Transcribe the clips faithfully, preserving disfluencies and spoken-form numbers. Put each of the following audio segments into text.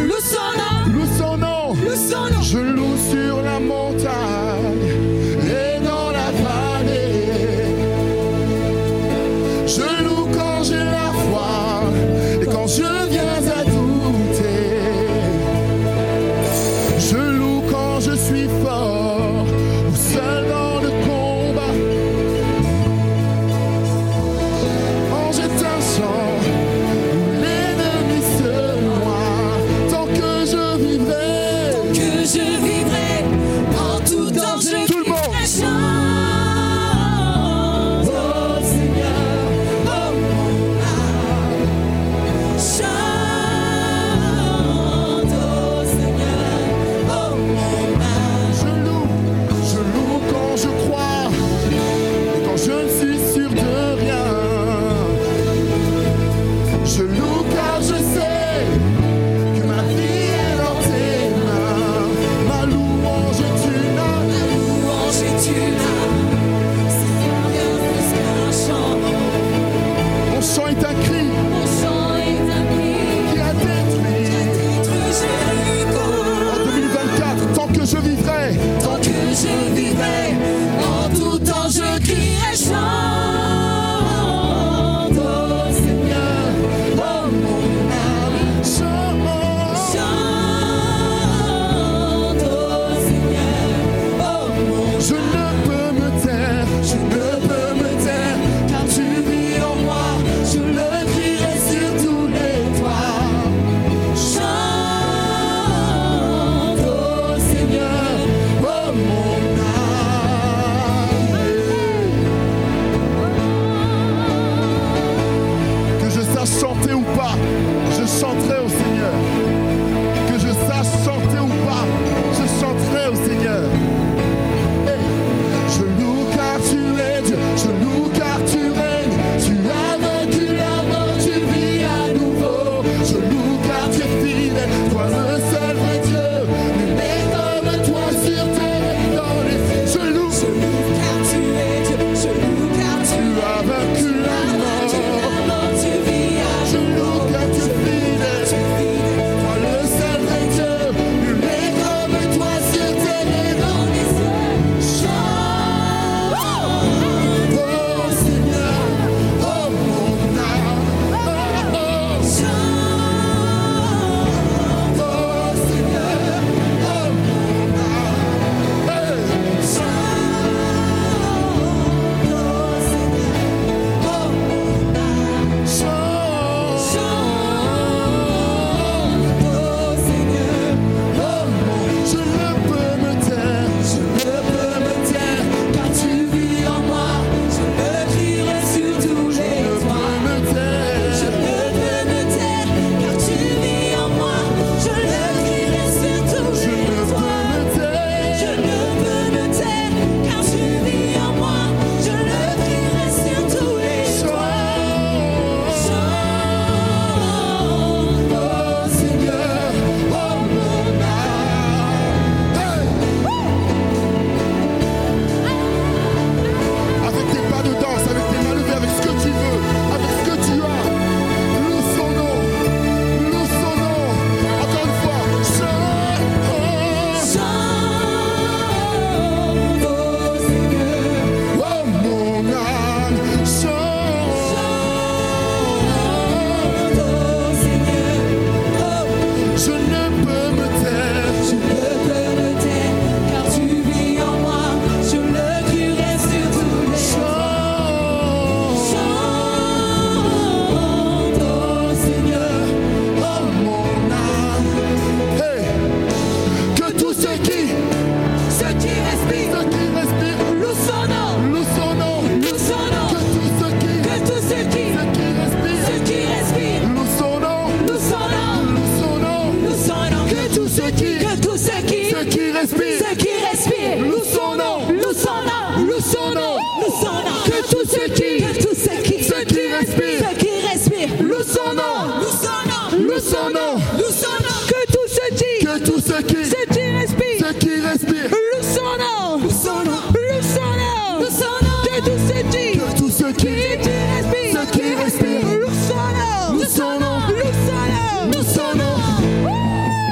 loue son nom, loue son nom. loue son nom. Je loue sur la montagne et dans la vallée. Je loue quand j'ai la foi et quand je viens à douter. Je loue quand je suis fort ou seul dans le combat. En jetant sang où l'ennemi se noie, tant que je vivrai, Que je vivrai en tout temps, je Tout le monde. crierai chante au Seigneur, oh mon âme. Chante au Seigneur, oh mon âme. je loue, je loue quand je crois et quand je ne suis sûr de rien. Je loue car je sais que ma vie est dans tes mains. Ma louange est une âme. La louange est une âme, c'est bien plus qu'un chant. Mon chant est un cri Mon chant est un cri qui a détruit. détruit Jéricho. En deux mille vingt-quatre, tant que je vivrai, Tant que je vivrai, en tout temps je crierai chante au Seigneur, oh mon âme. chante. Chante au Seigneur, oh mon âme. Je ne peux me taire, je ne peux me taire, car tu vis en moi. Je le crierai sur tous les toits. Chante au Seigneur, Oh mon âme. Que je sache chanter ou pas, je chanterai au Seigneur. Que je sache chanter ou pas, je chanterai au Seigneur. Hey. Je loue car tu es Dieu, je loue car tu règnes. Tu as vaincu la mort, tu vis à nouveau. Je loue car tu es fidèle, toi le seul vrai Dieu. Nul n'est comme toi sur terre et dans les cieux. Je loue, je loue car tu es Dieu, je loue car tu tu as vaincu la as vaincu mort. la mort, tu vis à Je loue car tu es tu fidèle, es fidèle. toi le seul vrai Dieu. Nul n'est comme toi sur terre et dans les cieux. Chante au Seigneur, oh mon âme. Oh, oh. Chante Oh Seigneur, oh mon âme. Hey. Je ne peux me taire, je ne peux me taire, car tu vis en moi. Je me crierai sur tous les Je toits. peux me taire, Je ne peux me taire, car tu vis en moi. Je le crierai sur tous je les ne peux toits. me Je taire. ne peux me taire, car tu vis en moi. Je le crierai sur tous les toits. Chante Oh Seigneur, oh mon âme. Hey. Avec tes pas de danse, avec tes mains levées, avec ce que tu veux, avec ce que tu as. Loue son nom, loue son nom. Encore une fois, chante. Chante au Seigneur. Oh mon âme, chante. Chante au Seigneur. Oh, Je ne peux me taire. je ne peux me taire, car tu vis en moi. Je le crierai sur tous les toits. Chante. Chante au Seigneur. Oh mon âme. Hey. Que tous ceux qui, Ceux qui respirent, ceux qui respirent, loue son nom, loue son nom. loue son nom. Que tous ceux qui, Que tous ceux qui, ceux qui respirent, ceux qui respirent, loue son nom. loue son nom, Loue son nom. loue son nom. Que tous ceux qui, Que tous ceux qui, ceux qui respirent, ceux qui respirent, loue son nom. loue son nom, Loue son nom. loue son nom. Que tous ceux qui, Que tous ceux qui, ceux qui respirent, ceux qui respirent, loue son nom. loue son nom, Loue son nom. loue son nom. Que tous ceux qui, Que tous ceux qui, ceux qui respirent, ceux qui respirent, loue son nom, loue son nom, loue son nom, loue son nom. Que tous ceux qui, que tous ceux qui, qui respirent, ceux qui respirent, loue son nom, loue son nom. loue son nom, Loue son nom.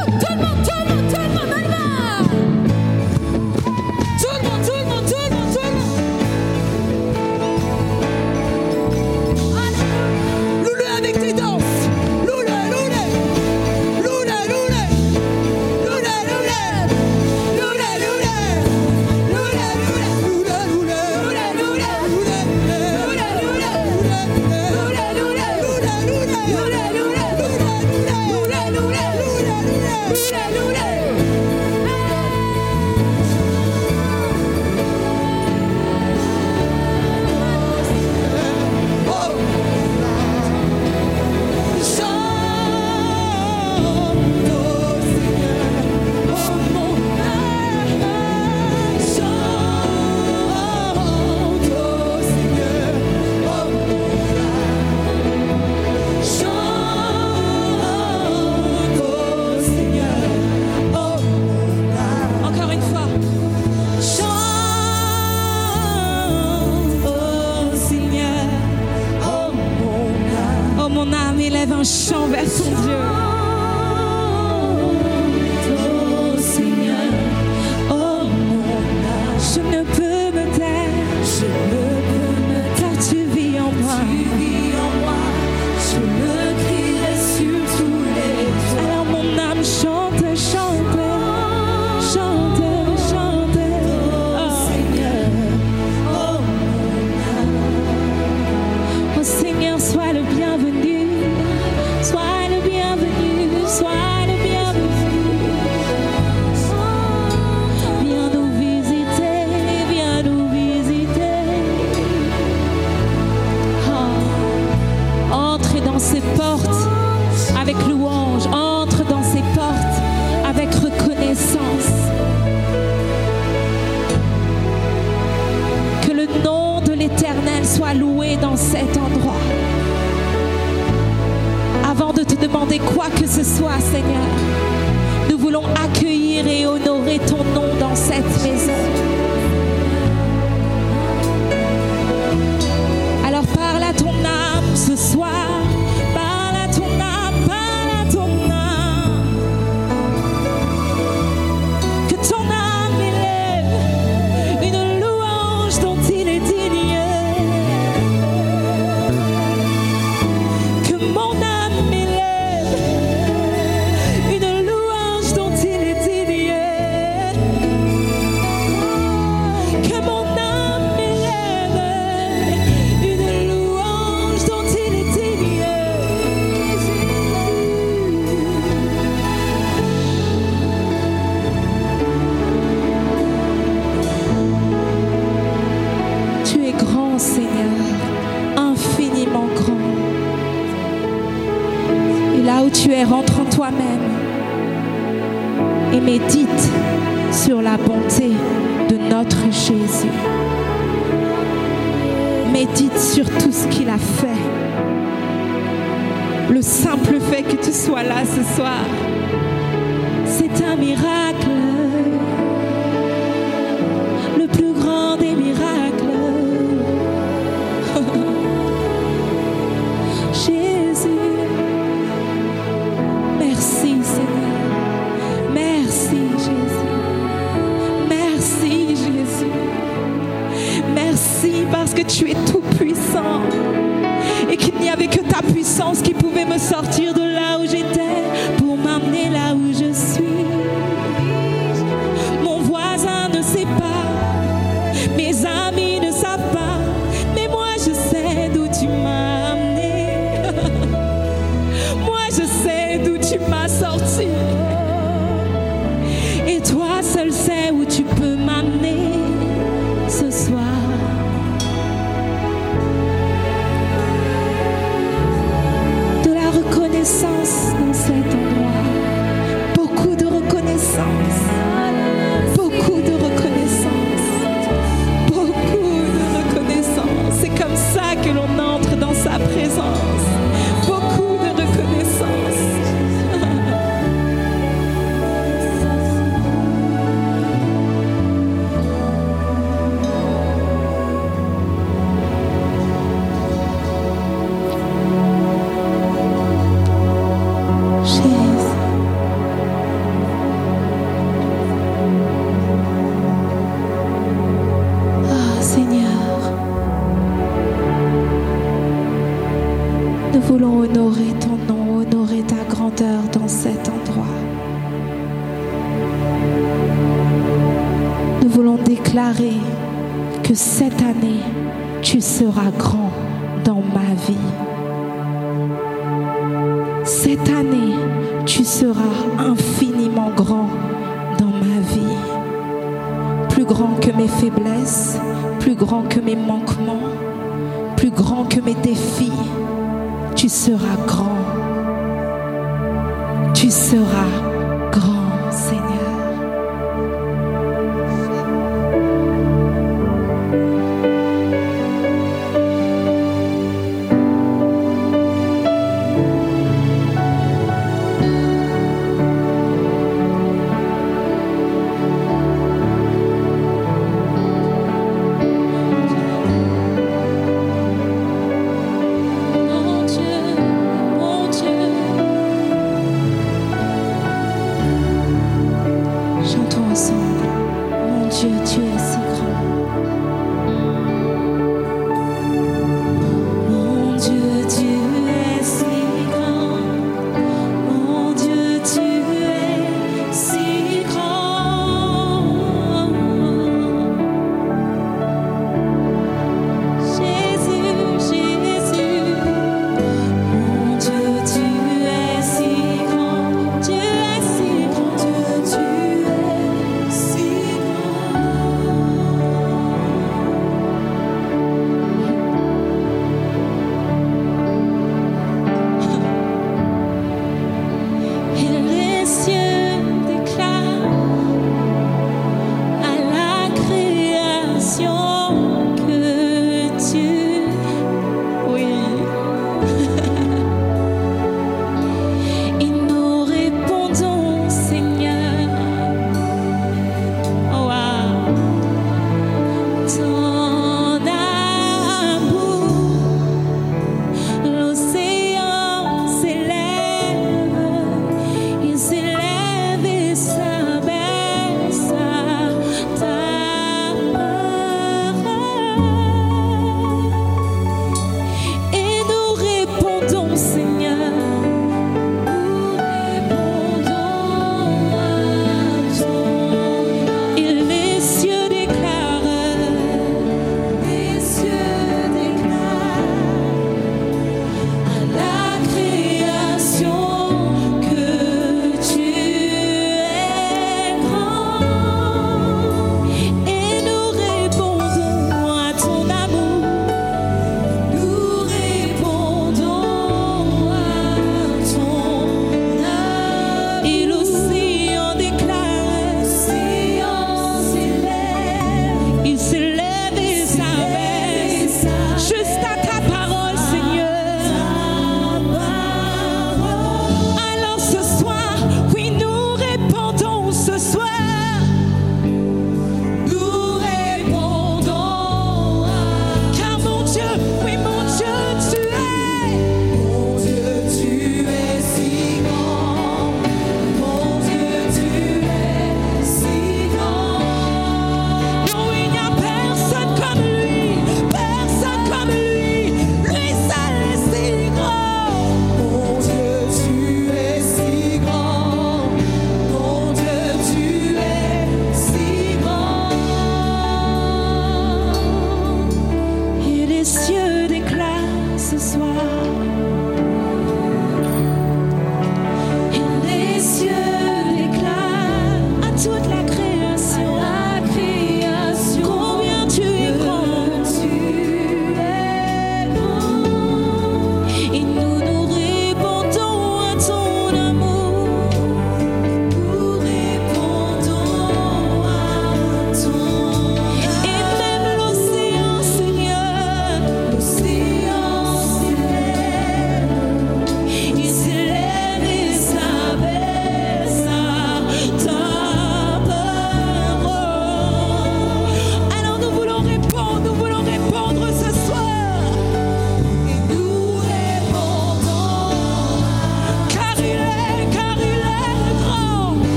demander quoi que ce soit, Seigneur. Nous voulons accueillir et honorer ton nom dans cette maison. Alors parle à ton âme ce soir. Parle à ton âme, parle à ton âme. Que ton âme élève une louange dont il est digne. Que mon âme élève une louange dont il est digne. Que mon âme élève une louange dont il est digne. Tu es grand, Seigneur, infiniment grand. Et là où tu es, rentre en toi-même et médite sur la bonté de notre Jésus. Médite sur tout ce qu'il a fait. Le simple fait que tu sois là ce soir, c'est un miracle. Le plus grand des miracles. Jésus, merci Seigneur. Merci Jésus. Merci Jésus. Merci parce que tu es tout puissant et qu'il n'y avait que ta puissance qui pouvait me sortir de là où j'étais pour m'amener là où je suis. Mon voisin ne sait pas, mes amis ne savent pas, mais moi je sais d'où tu m'as amené. Moi je sais d'où tu m'as sorti. Et toi seul sais où tu peux m'amener ce soir. De la reconnaissance dans cet endroit. Beaucoup de reconnaissance. Beaucoup de reconnaissance. Beaucoup de reconnaissance. C'est comme ça que l'on entre dans sa présence. Beaucoup de reconnaissance. Jésus. Ah, Seigneur, nous voulons honorer ton nom, honorer ta grandeur dans cet endroit. Nous voulons déclarer que cette année, tu seras grand dans ma vie. Cette année, tu seras infiniment grand dans ma vie. Plus grand que mes faiblesses, plus grand que mes manquements, plus grand que mes défis. Tu seras grand. Tu seras grand, Seigneur. Mon Dieu, mon Dieu.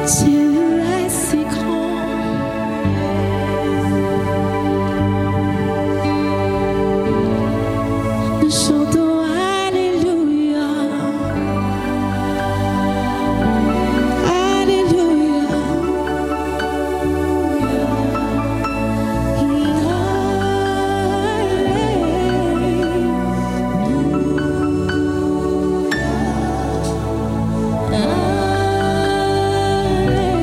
Dieu est si grand. Nous chantons Alléluia. Alléluia. Alléluia.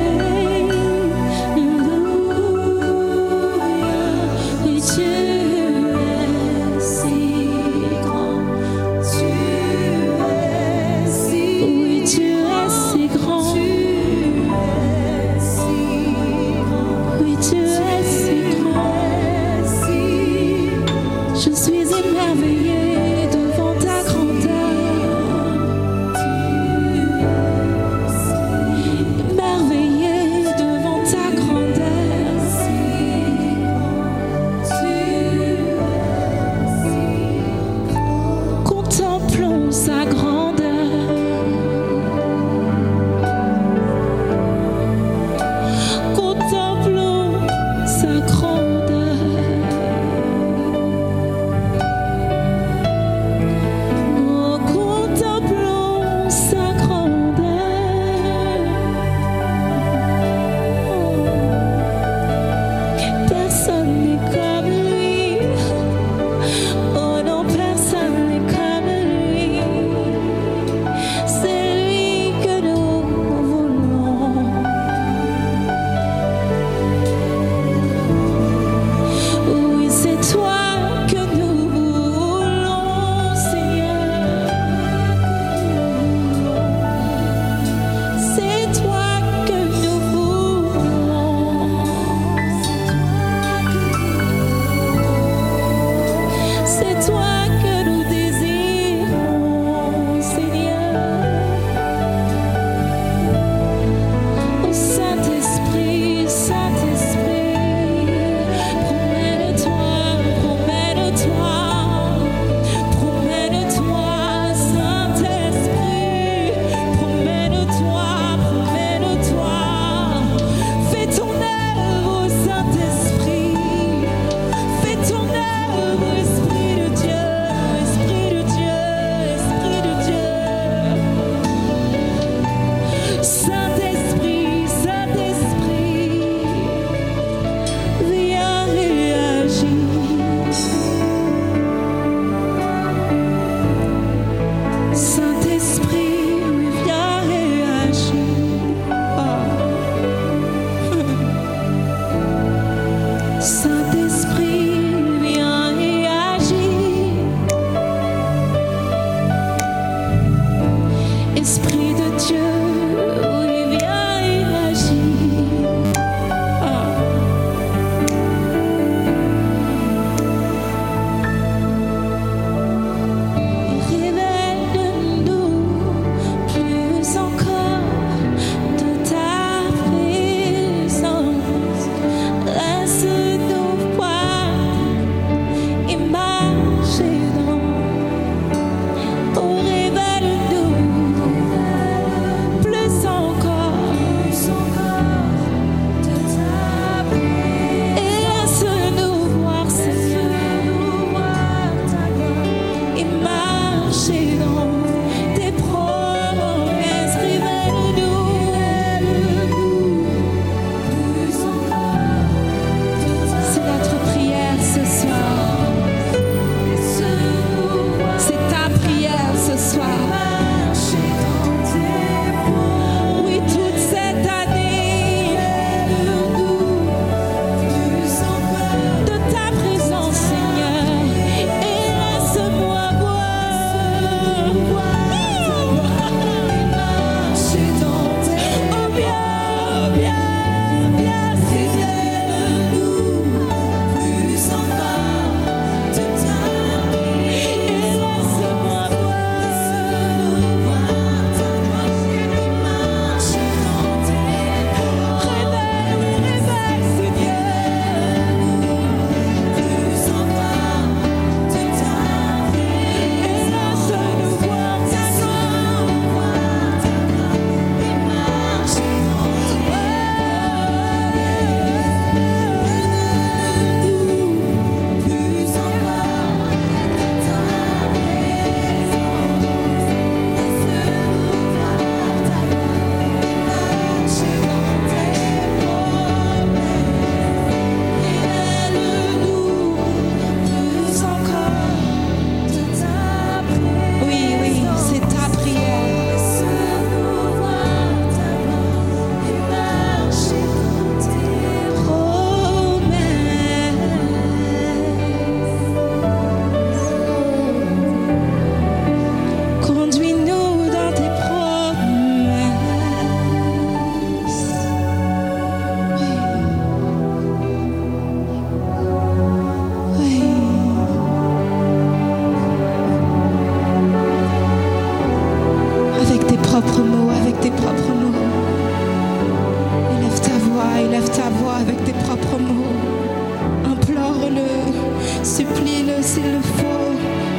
avec tes propres mots. Implore-le, supplie-le s'il le faut.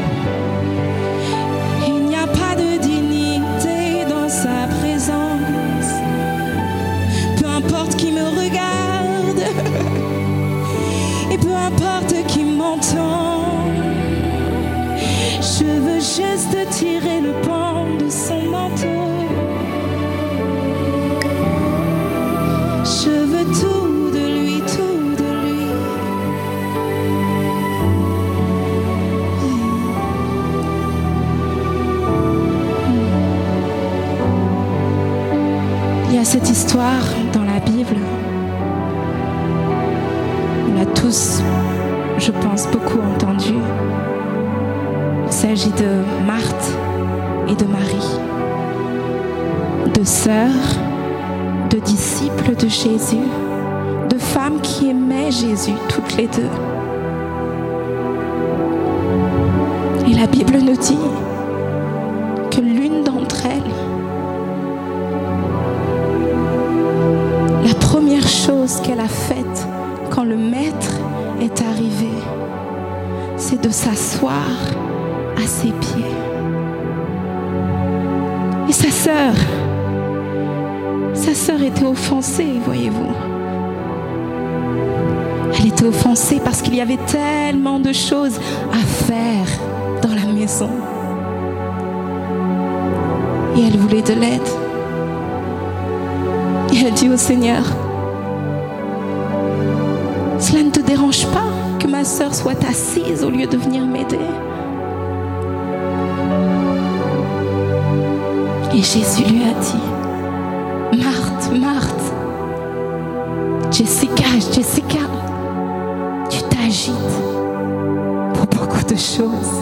Il n'y a pas de dignité dans sa présence. Peu importe qui me regarde et peu importe qui m'entend, je veux juste tirer le pan de son manteau. Je veux tout de lui, tout de lui. Il y a cette histoire dans la Bible. On l'a tous, je pense, beaucoup entendu. Il s'agit de Marthe et de Marie, de sœurs, de disciples de Jésus, de femmes qui aimaient Jésus, toutes les deux. Et la Bible nous dit que l'une d'entre elles, la première chose qu'elle a faite quand le maître est arrivé, c'est de s'asseoir à ses pieds. Et sa sœur, sa sœur était offensée, voyez-vous. Elle était offensée parce qu'il y avait tellement de choses à faire dans la maison. Et elle voulait de l'aide. Et elle dit au Seigneur, cela ne te dérange pas que ma sœur soit assise au lieu de venir m'aider? Et Jésus lui a dit, Marthe, Marthe, Jessica, Jessica, tu t'agites pour beaucoup de choses.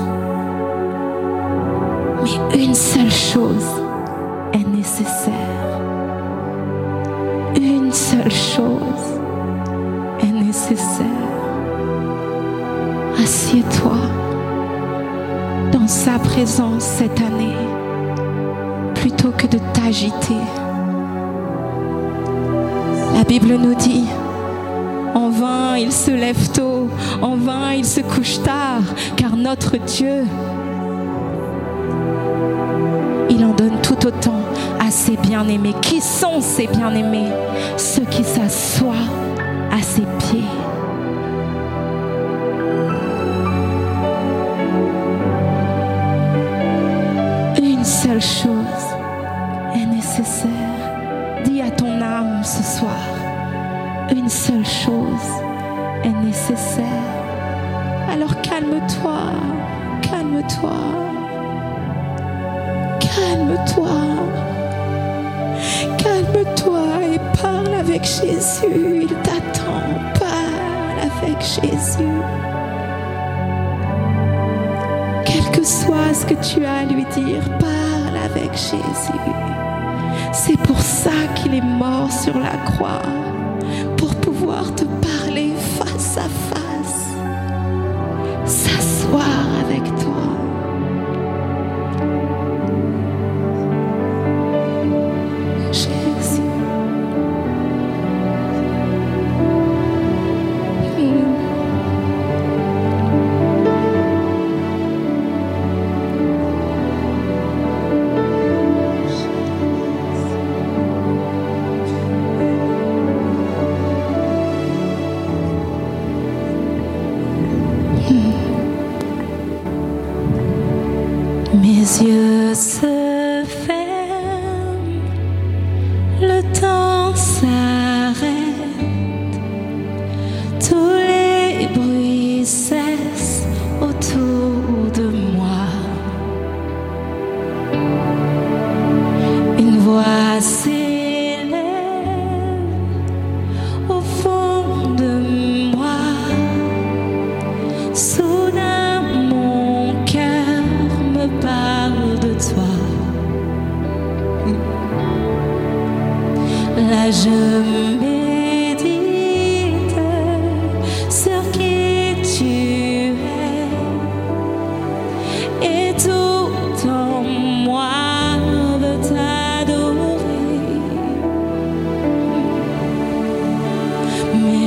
Mais une seule chose est nécessaire. Une seule chose est nécessaire. Assieds-toi dans sa présence cette année plutôt que de t'agiter. La Bible nous dit, en vain il se lève tôt, en vain il se couche tard, car notre Dieu, il en donne tout autant à ses bien-aimés. Qui sont ses bien-aimés? Ceux qui s'assoient à ses pieds. Une seule chose est nécessaire. Dis à ton âme ce soir, une seule chose est nécessaire. Alors calme-toi, calme-toi, calme-toi, calme-toi et parle avec Jésus. Il t'attend, parle avec Jésus. Quel que soit ce que tu as à lui dire, parle avec Jésus. C'est pour ça qu'il est mort sur la croix, pour pouvoir te parler face à face, s'asseoir avec toi. Jésus. Mm. Mes yeux se ferment, le temps s'arrête, tous les bruits cessent autour de moi. Une voix s'élève au fond de moi. Soudain mon cœur me parle de toi. Là je médite sur qui tu es, et tout en moi veut t'adorer.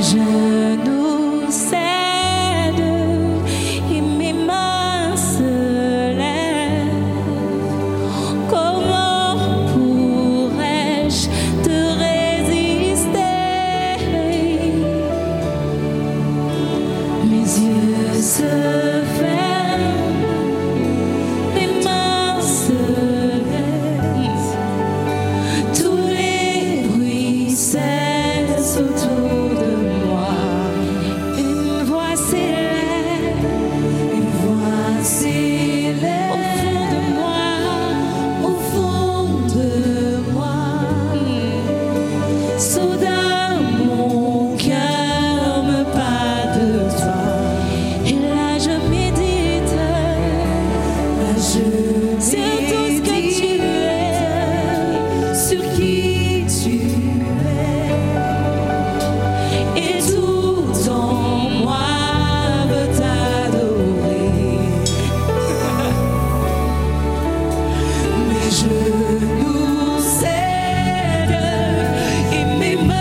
Soudain mon cœur me parle de toi. Et là je médite, là je sur tout ce que tu es, sur qui tu es. Et tout en moi veut t'adorer. Mes genoux cèdent et mes mains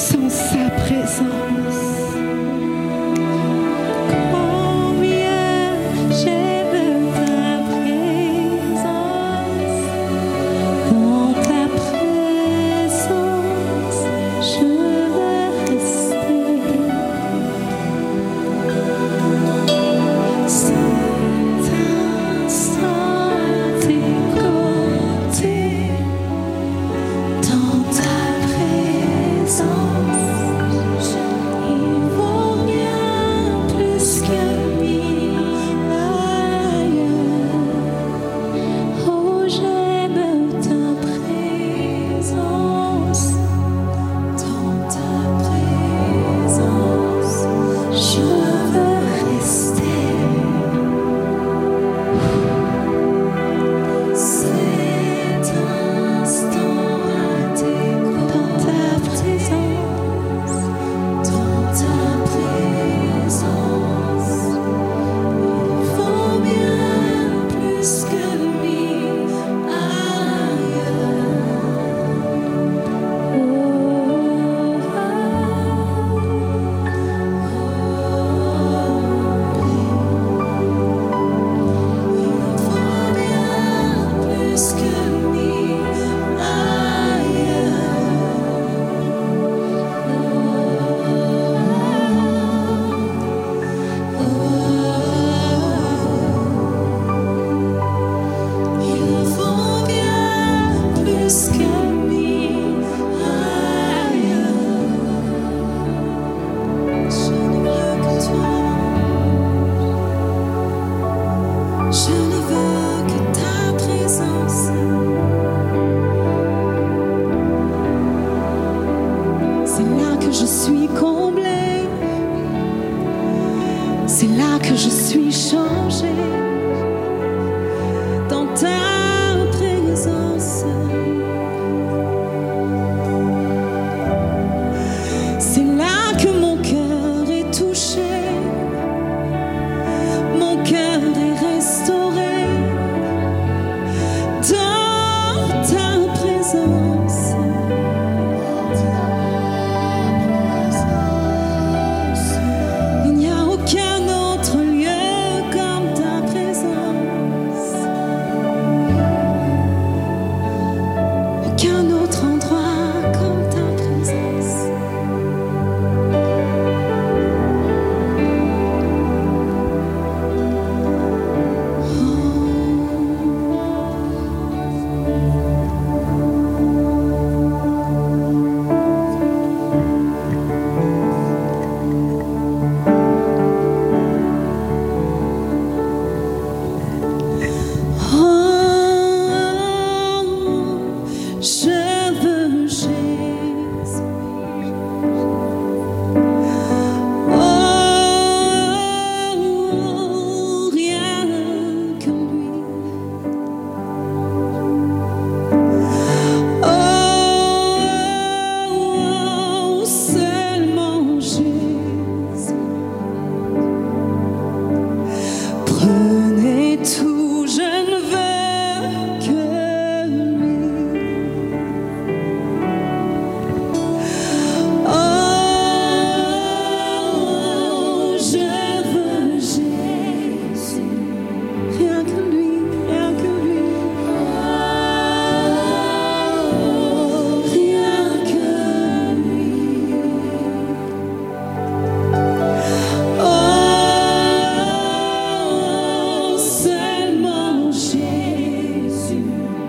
sans sa présence. Combien j'aime ta présence, dans ta présence je veux rester. Cet instant à tes côtés, dans ta présence, il vaut bien plus que mille ailleurs. Oh, j'aime ta présence, dans ta présence, je veux rester. Cet instant à tes côtés, dans ta présence, dans ta présence, il vaut bien plus que mille ailleurs. Il vaut bien plus que mille ailleurs. Il vaut bien plus que mille ailleurs. Je ne veux que toi. Je ne veux que ta présence. C'est là que je suis comblée. C'est là que je suis changée. Dans ta présence. C'est là que mon cœur est touché. Mon cœur est restauré. Dans ta présence. Il n'y a aucun autre lieu comme ta présence. Aucun autre endroit comme ta présence. Oh, je veux Jésus. Oh, rien que lui. Oh, seulement Jésus. Prenez tout, je ne veux que lui. Oh, je veux Jésus. Rien que lui, rien que lui. Oh, rien que lui. Oh, seulement Jésus.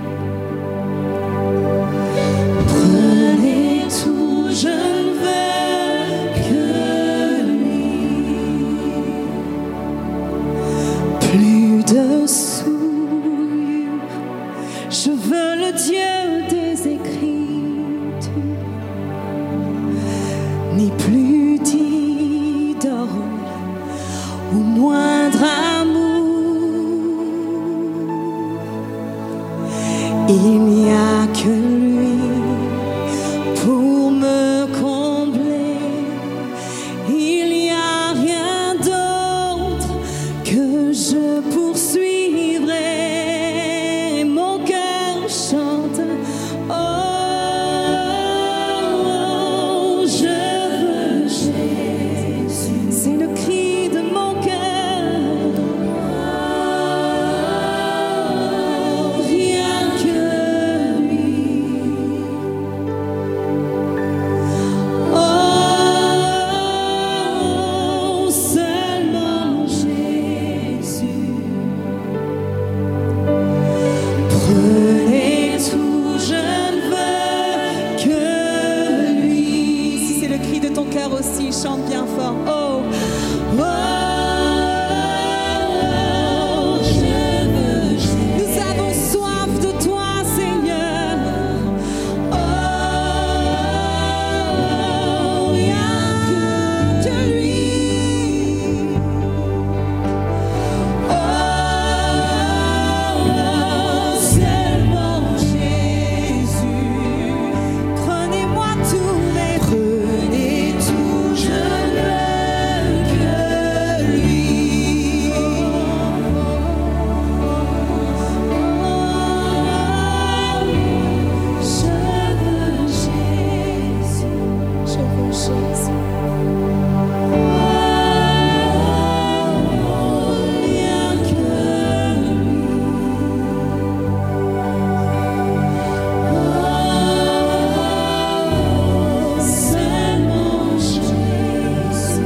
Prenez tout, je ne veux que lui. Plus de souillure, je veux le Dieu des Écritures. Ni plus d'idole ou moindre amour. Il n'y a que lui pour me combler. Il n'y a rien d'autre que je poursuivrai. Mon cœur chante. Oh, je chante bien fort. Oh, oh, Je veux nous avons soif de toi, Seigneur. Oh, rien que lui. Oh, seulement Jésus. Prenez-moi tous mes prenez tout, je veux que lui. Je veux Jésus. Je veux Jésus. Rien que lui. Seulement Jésus.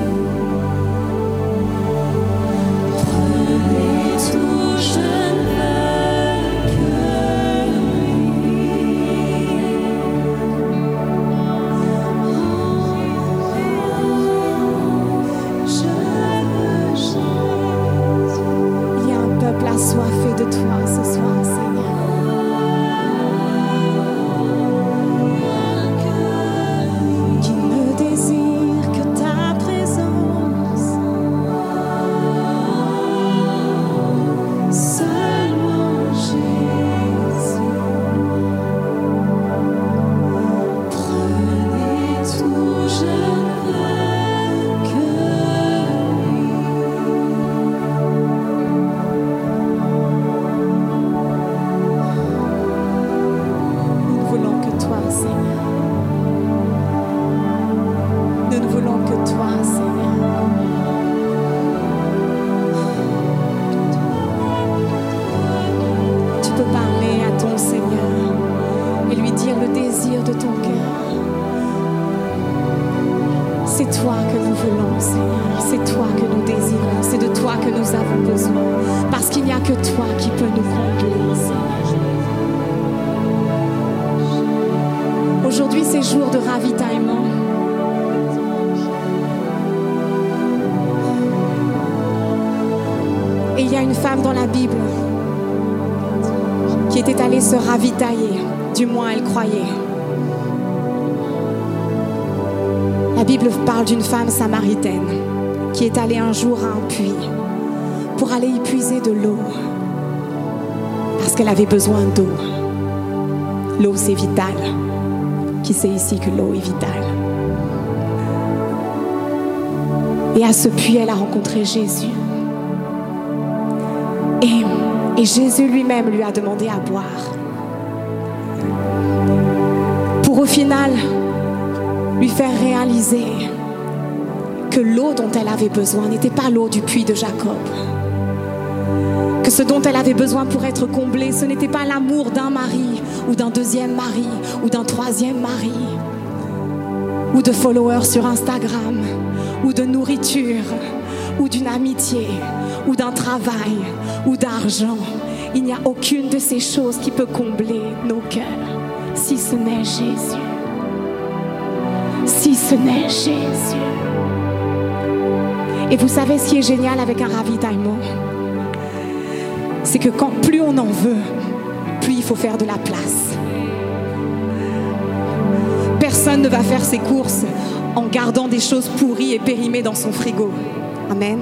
Prenez tout, je ne veux que lui. Je veux Jésus. Il y a un peuple assoiffé de toi ce soir, Seigneur. Qui ne désire que ta présence. Seulement Jésus. Prenez tout, je ne veux que lui. Nous ne voulons que toi, Seigneur. Nous ne voulons que toi, Seigneur. Tu peux parler à ton Seigneur et lui dire le désir de ton cœur. C'est toi que nous voulons, Seigneur. C'est toi que nous désirons. C'est de toi que nous avons besoin. Parce qu'il n'y a que toi qui peux nous combler, Seigneur. Aujourd'hui, c'est jour de ravitaillement. Et il y a une femme dans la Bible qui était allée se ravitailler. Du moins, elle croyait. La Bible parle d'une femme samaritaine qui est allée un jour à un puits pour aller y puiser de l'eau parce qu'elle avait besoin d'eau. L'eau, c'est vital. Qui sait ici que l'eau est vitale? Et à ce puits, elle a rencontré Jésus. Et, et Jésus lui-même lui a demandé à boire. Pour au final lui faire réaliser que l'eau dont elle avait besoin n'était pas l'eau du puits de Jacob. Que ce dont elle avait besoin pour être comblée, ce n'était pas l'amour d'un mari ou d'un deuxième mari ou d'un troisième mari ou de followers sur Instagram ou de nourriture ou d'une amitié ou d'un travail ou d'argent. Il n'y a aucune de ces choses qui peut combler nos cœurs si ce n'est Jésus. Si ce n'est Jésus. Et vous savez ce qui est génial avec un ravitaillement? C'est que quand plus on en veut, plus il faut faire de la place. Personne ne va faire ses courses en gardant des choses pourries et périmées dans son frigo. Amen.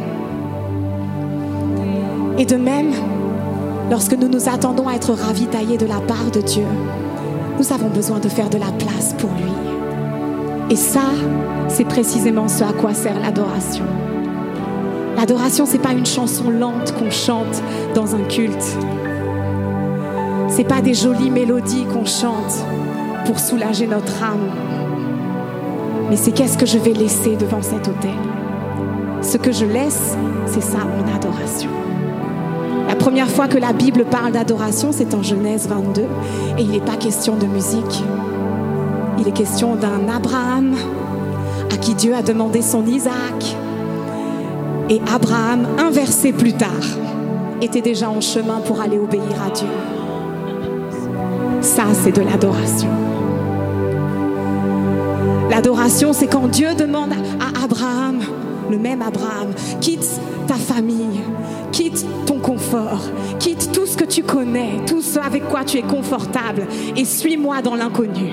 Et de même, lorsque nous nous attendons à être ravitaillés de la part de Dieu, nous avons besoin de faire de la place pour lui. Et ça, c'est précisément ce à quoi sert l'adoration. L'adoration, c'est pas une chanson lente qu'on chante dans un culte. C'est pas des jolies mélodies qu'on chante pour soulager notre âme. Mais c'est qu'est-ce que je vais laisser devant cet autel. Ce que je laisse, c'est ça mon adoration. La première fois que la Bible parle d'adoration, c'est en Genèse vingt-deux. Et il n'est pas question de musique. Il est question d'un Abraham à qui Dieu a demandé son Isaac. Et Abraham, un verset plus tard, était déjà en chemin pour aller obéir à Dieu. Ça, c'est de l'adoration. L'adoration, c'est quand Dieu demande à Abraham, le même Abraham, quitte ta famille, quitte ton confort, quitte tout ce que tu connais, tout ce avec quoi tu es confortable et suis-moi dans l'inconnu.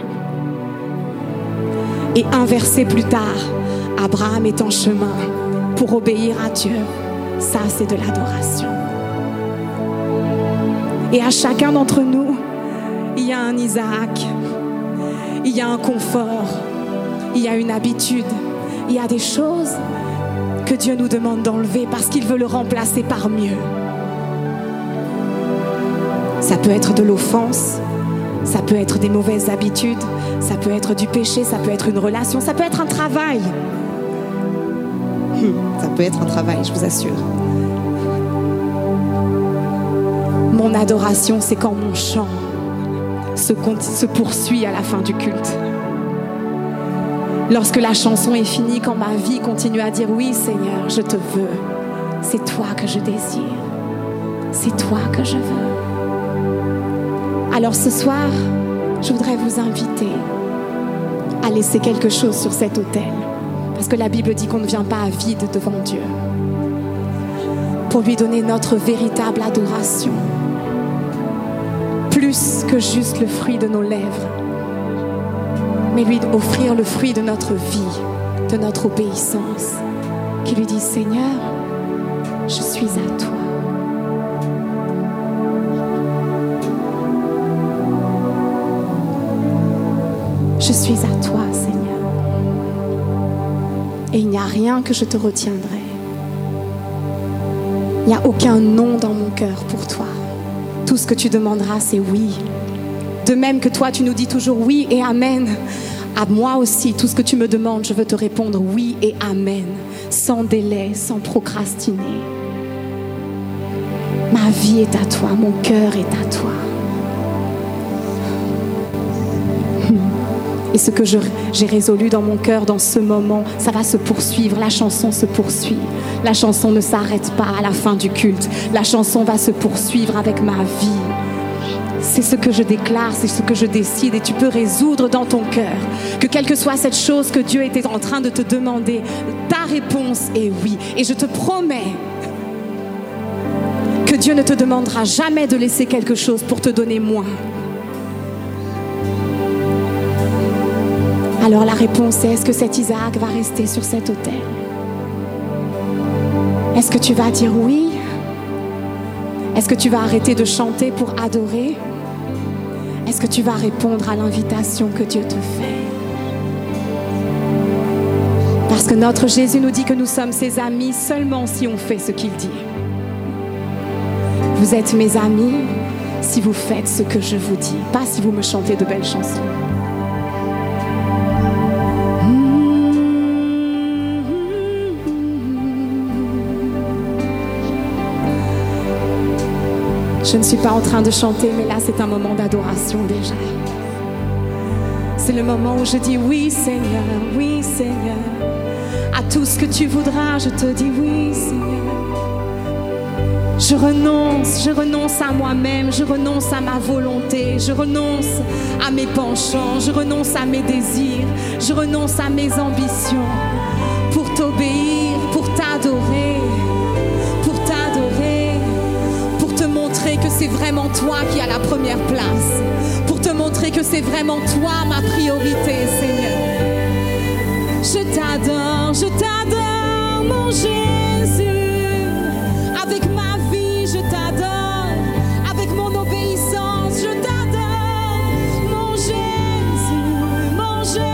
Et un verset plus tard, Abraham est en chemin pour obéir à Dieu. Ça, c'est de l'adoration. Et à chacun d'entre nous, il y a un Isaac, il y a un confort, il y a une habitude, il y a des choses que Dieu nous demande d'enlever parce qu'il veut le remplacer par mieux. Ça peut être de l'offense, ça peut être des mauvaises habitudes, ça peut être du péché, ça peut être une relation, ça peut être un travail. Ça peut être un travail, je vous assure. Mon adoration, c'est quand mon chant se, se poursuit à la fin du culte. Lorsque la chanson est finie, quand ma vie continue à dire « Oui, Seigneur, je te veux. C'est toi que je désire. C'est toi que je veux. » Alors ce soir, je voudrais vous inviter à laisser quelque chose sur cet autel. Parce que la Bible dit qu'on ne vient pas à vide devant Dieu. Pour lui donner notre véritable adoration. Plus que juste le fruit de nos lèvres. Mais lui offrir le fruit de notre vie, de notre obéissance. Qui lui dit, Seigneur, je suis à toi. Je suis à toi, Seigneur. Et il n'y a rien que je te retiendrai. Il n'y a aucun non dans mon cœur pour toi. Tout ce que tu demanderas, c'est oui. De même que toi, tu nous dis toujours oui et amen. À moi aussi, tout ce que tu me demandes, je veux te répondre oui et amen. Sans délai, sans procrastiner. Ma vie est à toi, mon cœur est à toi. Et ce que je, j'ai résolu dans mon cœur dans ce moment, ça va se poursuivre. La chanson se poursuit. La chanson ne s'arrête pas à la fin du culte. La chanson va se poursuivre avec ma vie. C'est ce que je déclare, c'est ce que je décide. Et tu peux résoudre dans ton cœur que quelle que soit cette chose que Dieu était en train de te demander, ta réponse est oui. Et je te promets que Dieu ne te demandera jamais de laisser quelque chose pour te donner moins. Alors la réponse est, est-ce que cet Isaac va rester sur cet autel? Est-ce que tu vas dire oui? Est-ce que tu vas arrêter de chanter pour adorer? Est-ce que tu vas répondre à l'invitation que Dieu te fait? Parce que notre Jésus nous dit que nous sommes ses amis seulement si on fait ce qu'il dit. Vous êtes mes amis si vous faites ce que je vous dis, pas si vous me chantez de belles chansons. Je ne suis pas en train de chanter, mais là, c'est un moment d'adoration déjà. C'est le moment où je dis oui, Seigneur, oui, Seigneur. À tout ce que tu voudras, je te dis oui, Seigneur. Je renonce, je renonce à moi-même, je renonce à ma volonté, je renonce à mes penchants, je renonce à mes désirs, je renonce à mes ambitions pour t'obéir, pour t'adorer. Montrer que c'est vraiment toi qui as la première place, pour te montrer que c'est vraiment toi ma priorité, Seigneur. Je t'adore, je t'adore, mon Jésus. Avec ma vie, je t'adore. Avec mon obéissance, je t'adore, mon Jésus, mon Jésus.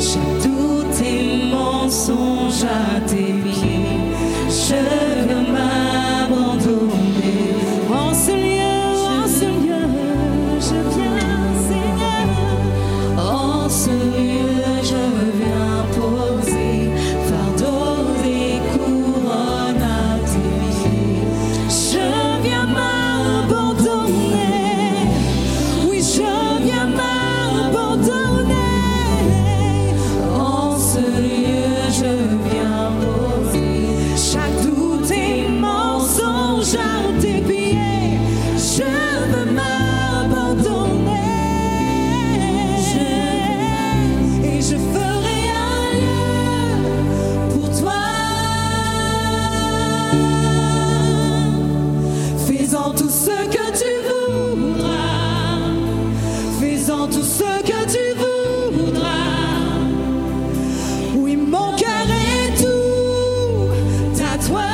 chaque doute et mensonge à tes pieds. Je veux m'abandonner. En ce lieu, en ce lieu, je viens, Seigneur. En ce lieu, je viens poser fardeau et couronne à tes pieds. Je viens m'abandonner. Oui, je viens m'abandonner. En ce lieu, je viens poser chaque doute et mensonge à tes pieds. Je veux m'abandonner. Et je ferai un lieu pour toi. Fais-en tout ce que tu voudras. Fais-en tout ce que tu voudras. Oui, mon cœur est tout à toi,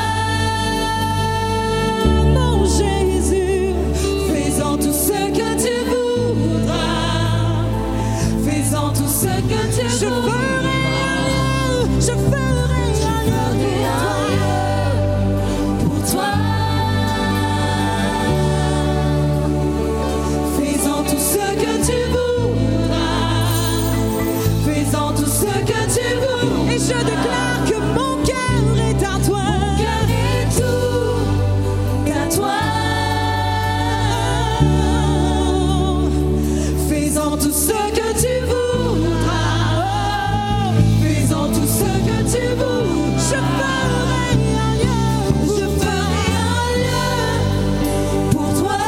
mon Jésus. Fais-en tout ce que tu voudras. Fais-en tout ce que tu voudras. Je ferai un lieu, je ferai un lieu pour toi. Fais-en tout ce que tu voudras. Fais-en tout ce que tu voudras. Et je déclare que mon cœur est à toi. Mon cœur est tout à toi. Fais-en tout ce que tu voudras. Fais-en tout ce que tu voudras. Je ferai un lieu. Je ferai un lieu pour toi.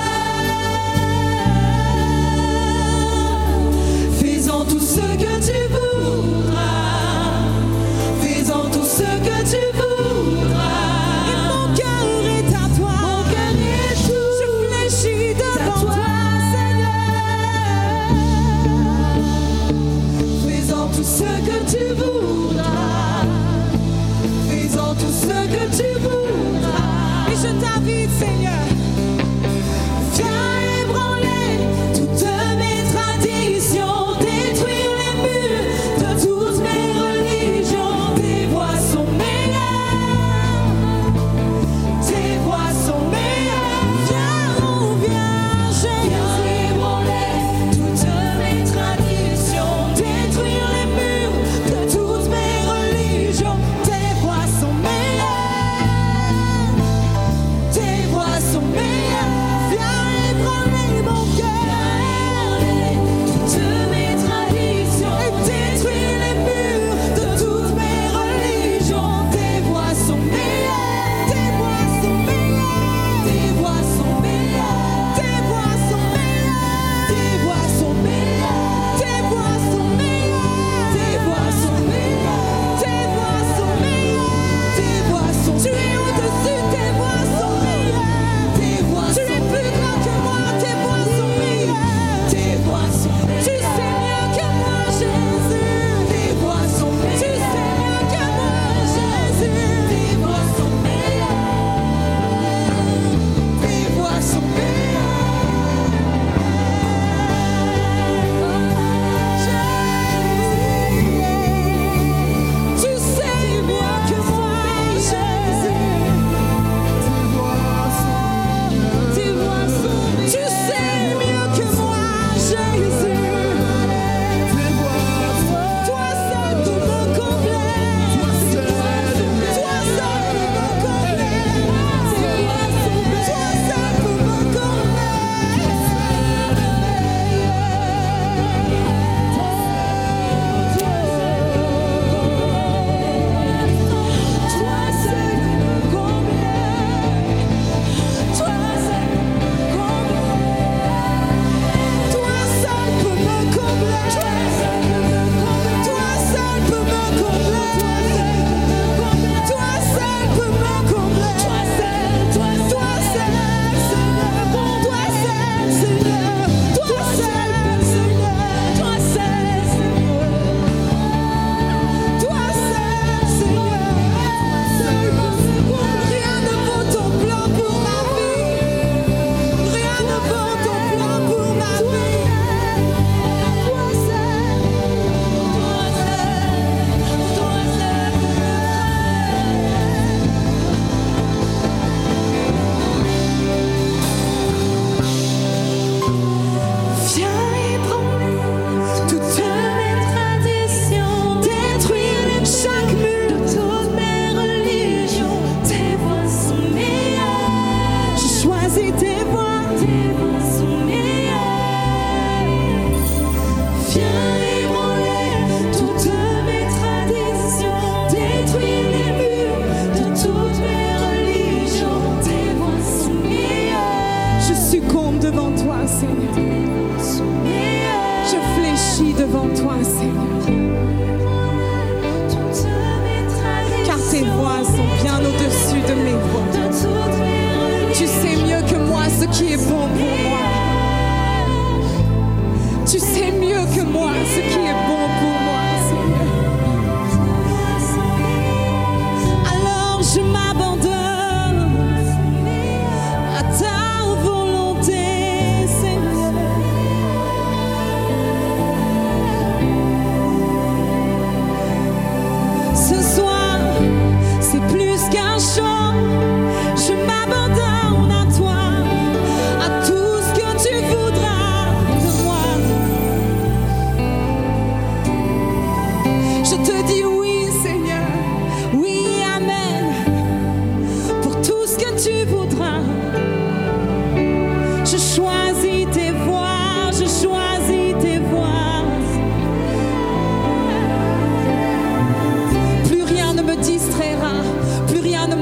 Fais-en tout ce que tu voudras. Fais-en tout ce que tu voudras. Et mon cœur est à toi. Mon cœur est tout. Je fléchis devant toi, Seigneur. Fais-en tout ce que tu voudras. Fais-en tout ce que tu voudras. Et je t'invite, Seigneur. Viens ébranler toutes mes traditions, détruire les murs de toutes mes religions. Tes voix sont meilleures, tes voix sont meilleures. Viens, oh, viens, Jésus. Viens ébranler toutes mes traditions, détruire les murs de toutes mes religions.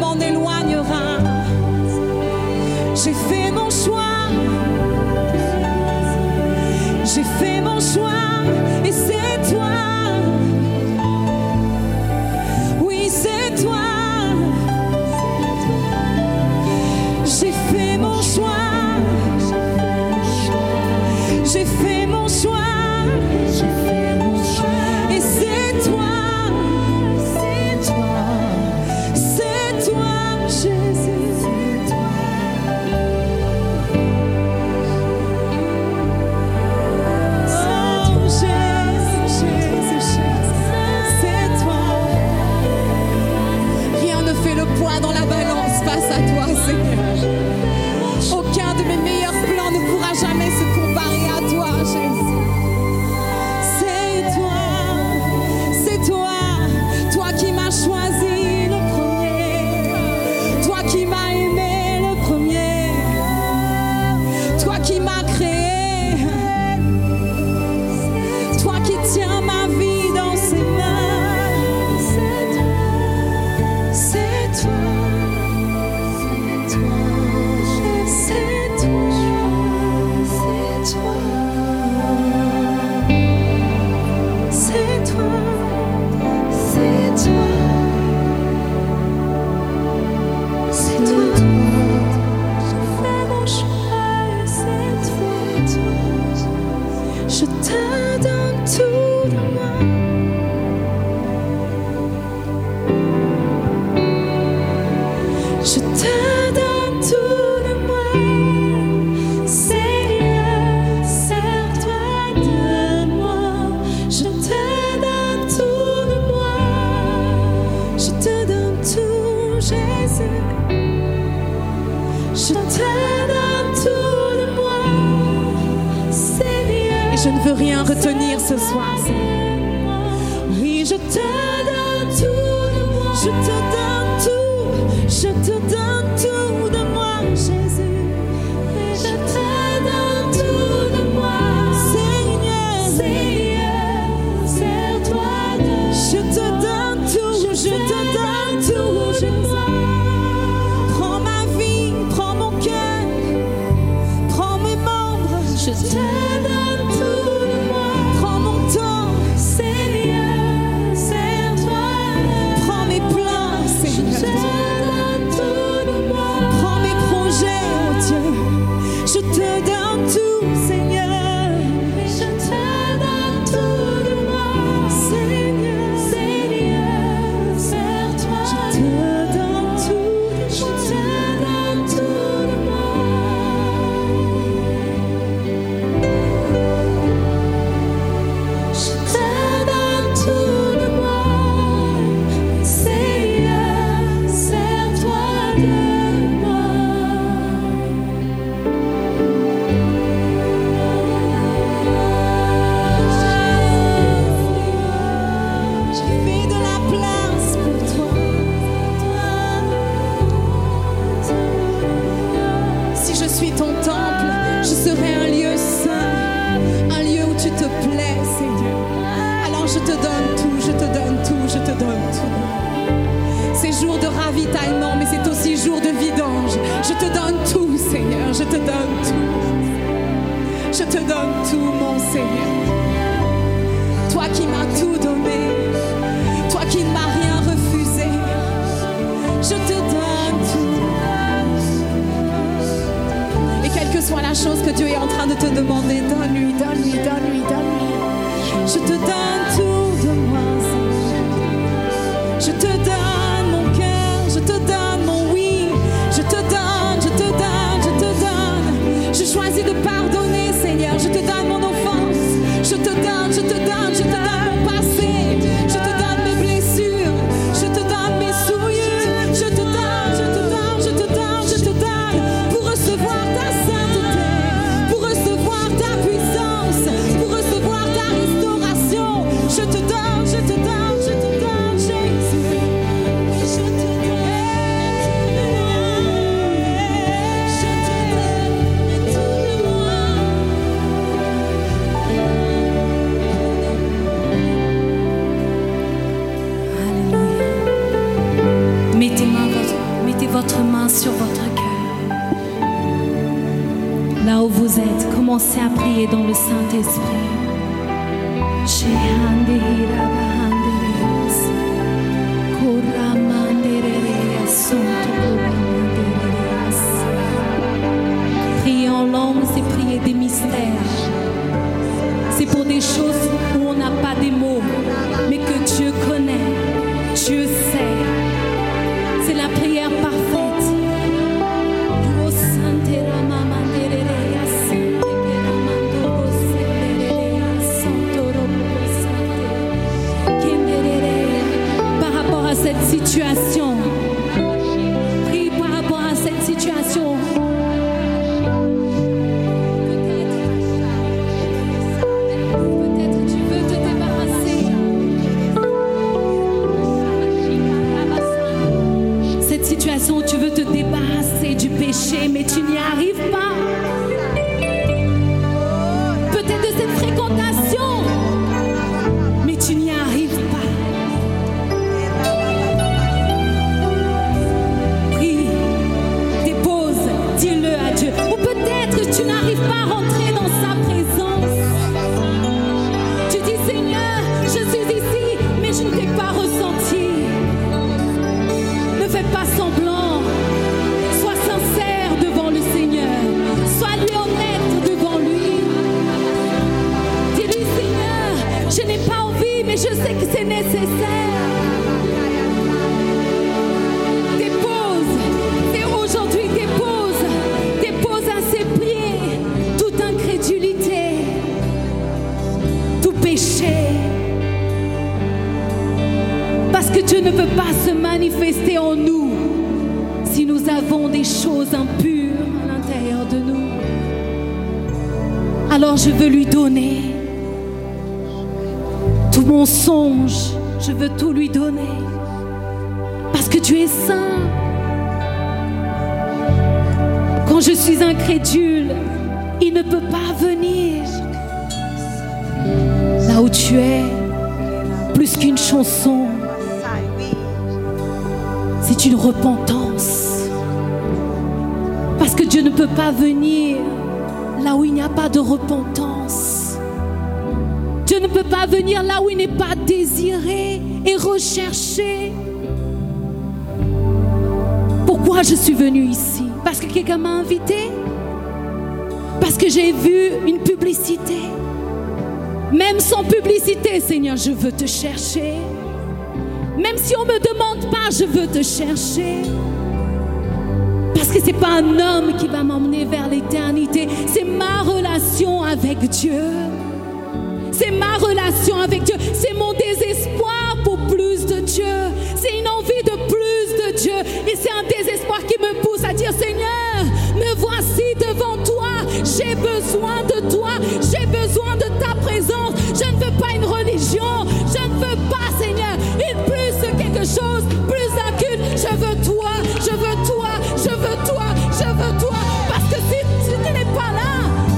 m'en éloignera. J'ai fait mon choix, j'ai fait mon choix et c'est toi. Oui, c'est toi. J'ai fait mon choix, j'ai fait mon choix. Et c'est toi, c'est toi, c'est toi, Jésus, c'est toi. Oh Jésus, Jésus, Jésus, c'est toi. Rien ne fait le poids dans la balance face à toi, Seigneur. Aucun de mes meilleurs plans ne pourra jamais se comparer à toi, Jésus. Choisi le premier, toi qui m'as aimé le premier, toi qui m'as créé, toi qui tiens ma vie dans ses mains. C'est toi, c'est toi, c'est toi, c'est toi, c'est toi, c'est toi. Je te donne tout de moi. Je te donne tout de moi. Seigneur, sers-toi de moi. Je te donne tout de moi. Je te donne tout, Jésus. Je te donne tout de moi. Seigneur. Et je ne veux rien retenir ce soir. Oui, je te donne tout de moi. Je te donne tout. Je te donne tout de moi, Jésus. Je te donne tout de moi. Seigneur, Seigneur, sers-toi de moi. Je te donne tout. Je te donne tout, Jésus. Prends ma vie, prends mon cœur, prends mes membres. Je te donne tout de moi. Prends mon temps, Seigneur, sers-toi. Prends mes plans, Seigneur. Je te donne tout de moi. Prends mes projets, oh Dieu. Je te donne tout, Seigneur. Je te donne tout de moi. Seigneur, Seigneur, sers-toi. Je te donne tout de moi. Je te donne tout de moi. Je te donne tout de moi. Seigneur, sers-toi de moi. J'ai fait de la place pour toi. Si je suis ton temple, je serai un lieu saint, un lieu où tu te plais, Seigneur. Alors je te donne tout, je te donne tout, je te donne tout. C'est jour de ravitaillement, mais c'est aussi jour de vidange. Je te donne tout, Seigneur, je te donne tout. Je te donne tout, mon Seigneur. Toi qui m'as tout donné, toi qui ne m'as rien refusé, je te donne tout. Et quelle que soit la chose que Dieu est en train de te demander, donne-lui, donne-lui, donne-lui, donne-lui. Je te donne tout de moi, Seigneur. Je te donne mon cœur, je te donne mon oui. Je te donne, je te donne, je te donne. Je choisis de pardonner, Seigneur. Je te donne mon offense. Je te donne, je te donne, je te donne mon passé. Je te donne mes blessures. Je te donne mes souillures. Je te donne, je te donne, je te donne, je te donne. Pour recevoir ta sainteté, pour recevoir ta sur votre cœur. Là où vous êtes, commencez à prier dans le Saint-Esprit. Prier en langue, c'est prier des mystères. C'est pour des choses où on n'a pas des mots, mais que Dieu connaît, Dieu sait. C'est la prière parfaite. Par rapport à cette situation, prie par rapport à cette situation. Peut-être tu veux te débarrasser. Cette situation où tu veux te débarrasser du péché, mais tu n'y arrives pas. Peut-être de cette fréquentation, mais tu n'y arrives pas. Prie, dépose, dis-le à Dieu. Ou peut-être que tu n'arrives pas à rentrer dans sa présence. Tu dis, Seigneur, je suis ici, mais je ne t'ai pas ressenti. Ne fais pas semblant. Sois sincère devant le Seigneur. Sois-lui honnête devant lui. Dis-lui, Seigneur, je n'ai pas envie, mais je sais que c'est nécessaire. Dépose, et aujourd'hui dépose, dépose à ses pieds toute incrédulité, tout péché. Parce que Dieu ne peut pas se manifester en nous si nous avons des choses impures à l'intérieur de nous. Alors je veux lui donner tout mon songe, je veux tout lui donner. Parce que Dieu est saint. Quand je suis incrédule, il ne peut pas venir. Là où tu es, plus qu'une chanson, c'est une repentance. Parce que Dieu ne peut pas venir là où il n'y a pas de repentance. Dieu ne peut pas venir là où il n'est pas désiré et recherché. Pourquoi je suis venue ici? Parce que quelqu'un m'a invité? Parce que j'ai vu une publicité? Même sans publicité, Seigneur, je veux te chercher. Même si on ne me demande pas, je veux te chercher. Parce que ce n'est pas un homme qui va m'emmener vers l'éternité. C'est ma relation avec Dieu. C'est ma relation avec Dieu. C'est mon désespoir pour plus de Dieu. C'est une envie de plus de Dieu. Et c'est un désespoir qui me pousse à dire, Seigneur, me voici devant toi. J'ai besoin de toi. J'ai besoin de ta présence. Je ne veux pas une religion. Je ne veux pas, Seigneur, une plus quelque chose, plus un culte. Je veux toi. Je veux toi. Je veux toi. Je veux toi. Parce que si, si tu n'es pas là,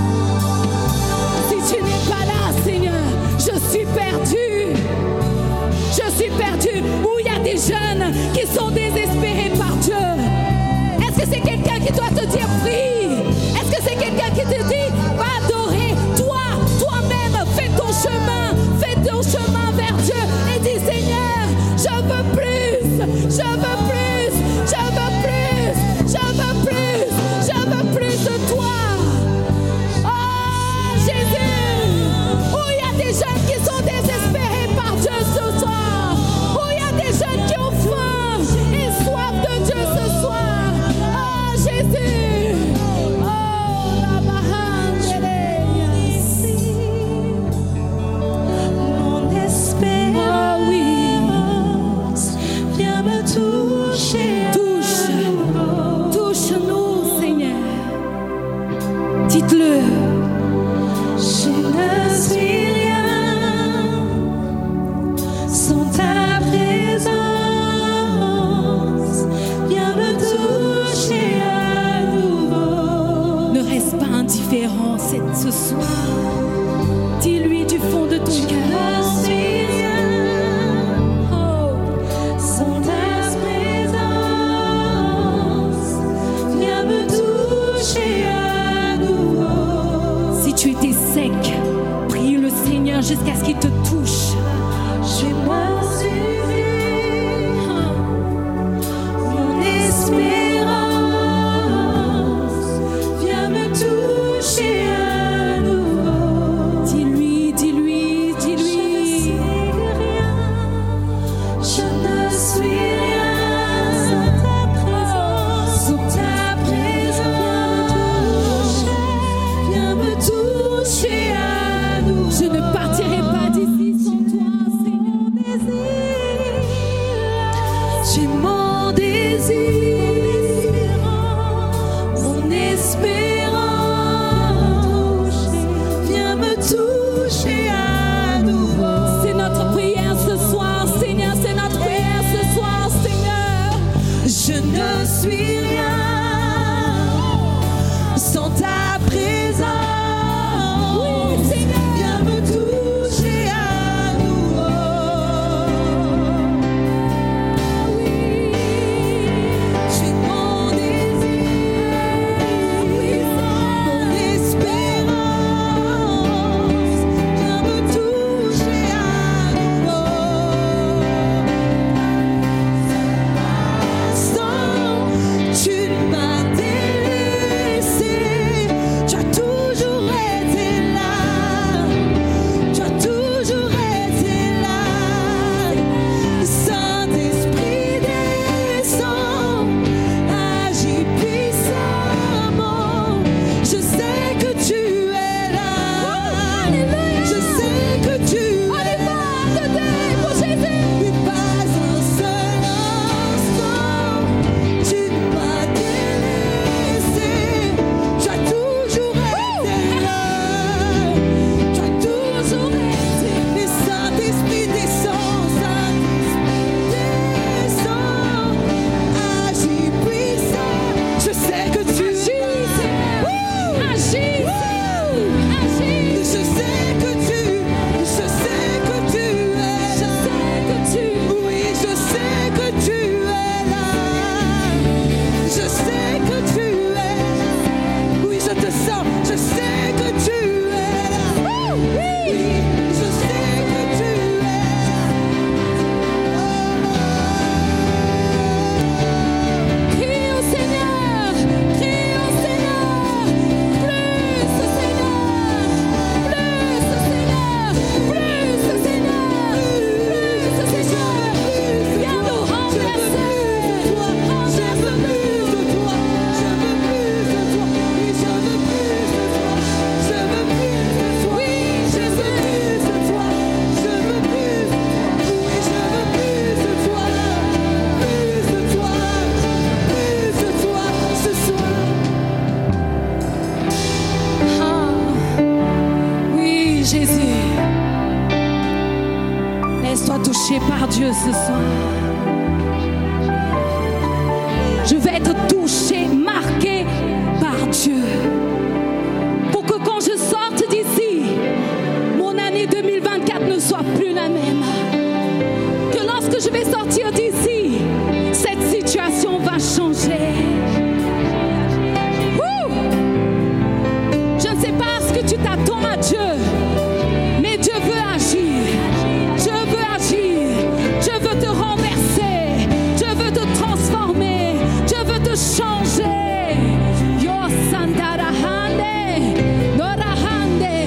si tu n'es pas là, Seigneur, je suis perdu. Je suis perdu. Où il y a des jeunes qui sont désespérés par Dieu. Est-ce que c'est quelqu'un qui doit te dire prie? Est-ce que c'est quelqu'un qui te dit va adorer toi, toi-même, fais ton chemin, fais ton chemin vers Dieu et dis Seigneur, je veux plus, je veux plus, je veux plus, je veux plus, je veux plus de toi. Oh Jésus, où il y a des jeunes qui sont désespérés par Dieu ce soir, où il y a des jeunes qui ont faim et soif de Dieu ce soir. Oh Jésus, oh la Mon espérance, oh oui, viens me toucher. touche, touche-nous Seigneur. Dites-le. Je ne suis rien sans ta présence. Viens me toucher à nouveau. Ne reste pas indifférent cette- ce soir. Dis-lui du fond de ton Je cœur. ne suis rien Oh, sans ta présence. Tu es mon désir, mon espérance. Viens me toucher à nouveau. C'est notre prière ce soir, Seigneur. C'est notre prière ce soir, Seigneur. Je ne suis rien sans ta présence. Oui, Seigneur. Viens me toucher à nouveau. Oui, tu es mon désir, mon espérance. Viens me toucher à nouveau. Sans tu m'as délaissé, tu as toujours été là, tu as toujours été là. Saint-Esprit descend, agis puissamment. Je sais que tu es là, je sais que tu es là. Mais pas un seul instant, tu m'as délaissé, tu as toujours été là, tu as toujours été. Mais Saint-Esprit descend, Saint-Esprit descend, agis puissant. Je sais que tu es là, agis, agis. Je sais que tu, je sais que tu es là, oui, je sais que tu es là, je sais que tu es, oui, je te sens, je sais que tu es là, oui, je sais que tu es là. Crie au Seigneur, crie au Seigneur, plus Seigneur, plus Seigneur, plus Seigneur, plus Seigneur, viens nous renverser, je veux plus de toi, je veux plus de toi, oui, je veux plus de toi, je veux plus de toi, oui, je veux plus de toi, je veux plus, oui, je veux plus de toi, plus de toi, plus de toi ce soir. Ah, oui, Jésus, laisse-toi toucher par Dieu ce soir. Je vais être touché, marqué par Dieu. Pour que quand je sorte d'ici, mon année deux mille vingt-quatre ne soit plus la même. Que lorsque je vais sortir d'ici, cette situation va changer. Ouh! Je ne sais pas ce que tu t'attends à Dieu, mais Dieu veut agir. Dieu veut agir. Dieu veut te renverser. Dieu veut te transformer. Dieu veut te changer. Yo sandarahande, norahande,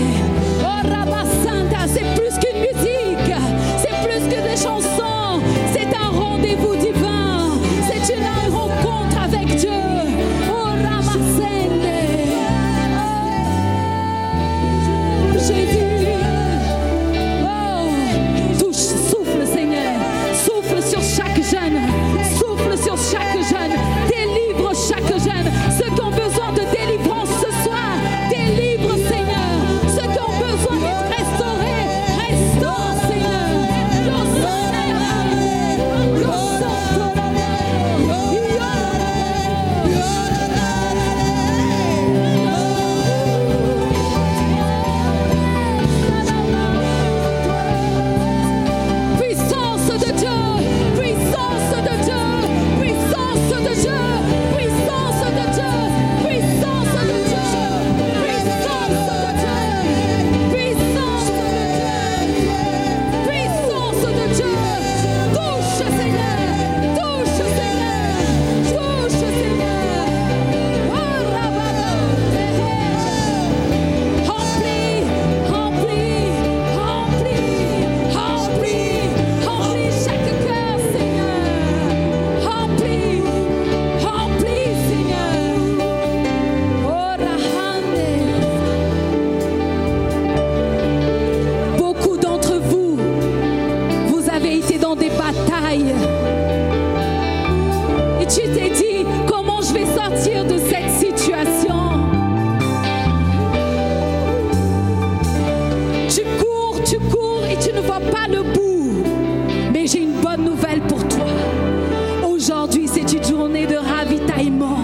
orabasanta. C'est plus qu'une musique. C'est plus que des chansons. C'est un rendez-vous. faille. Et tu t'es dit, comment je vais sortir de cette situation? Tu cours, tu cours et tu ne vois pas le bout. Mais j'ai une bonne nouvelle pour toi. Aujourd'hui, c'est une journée de ravitaillement.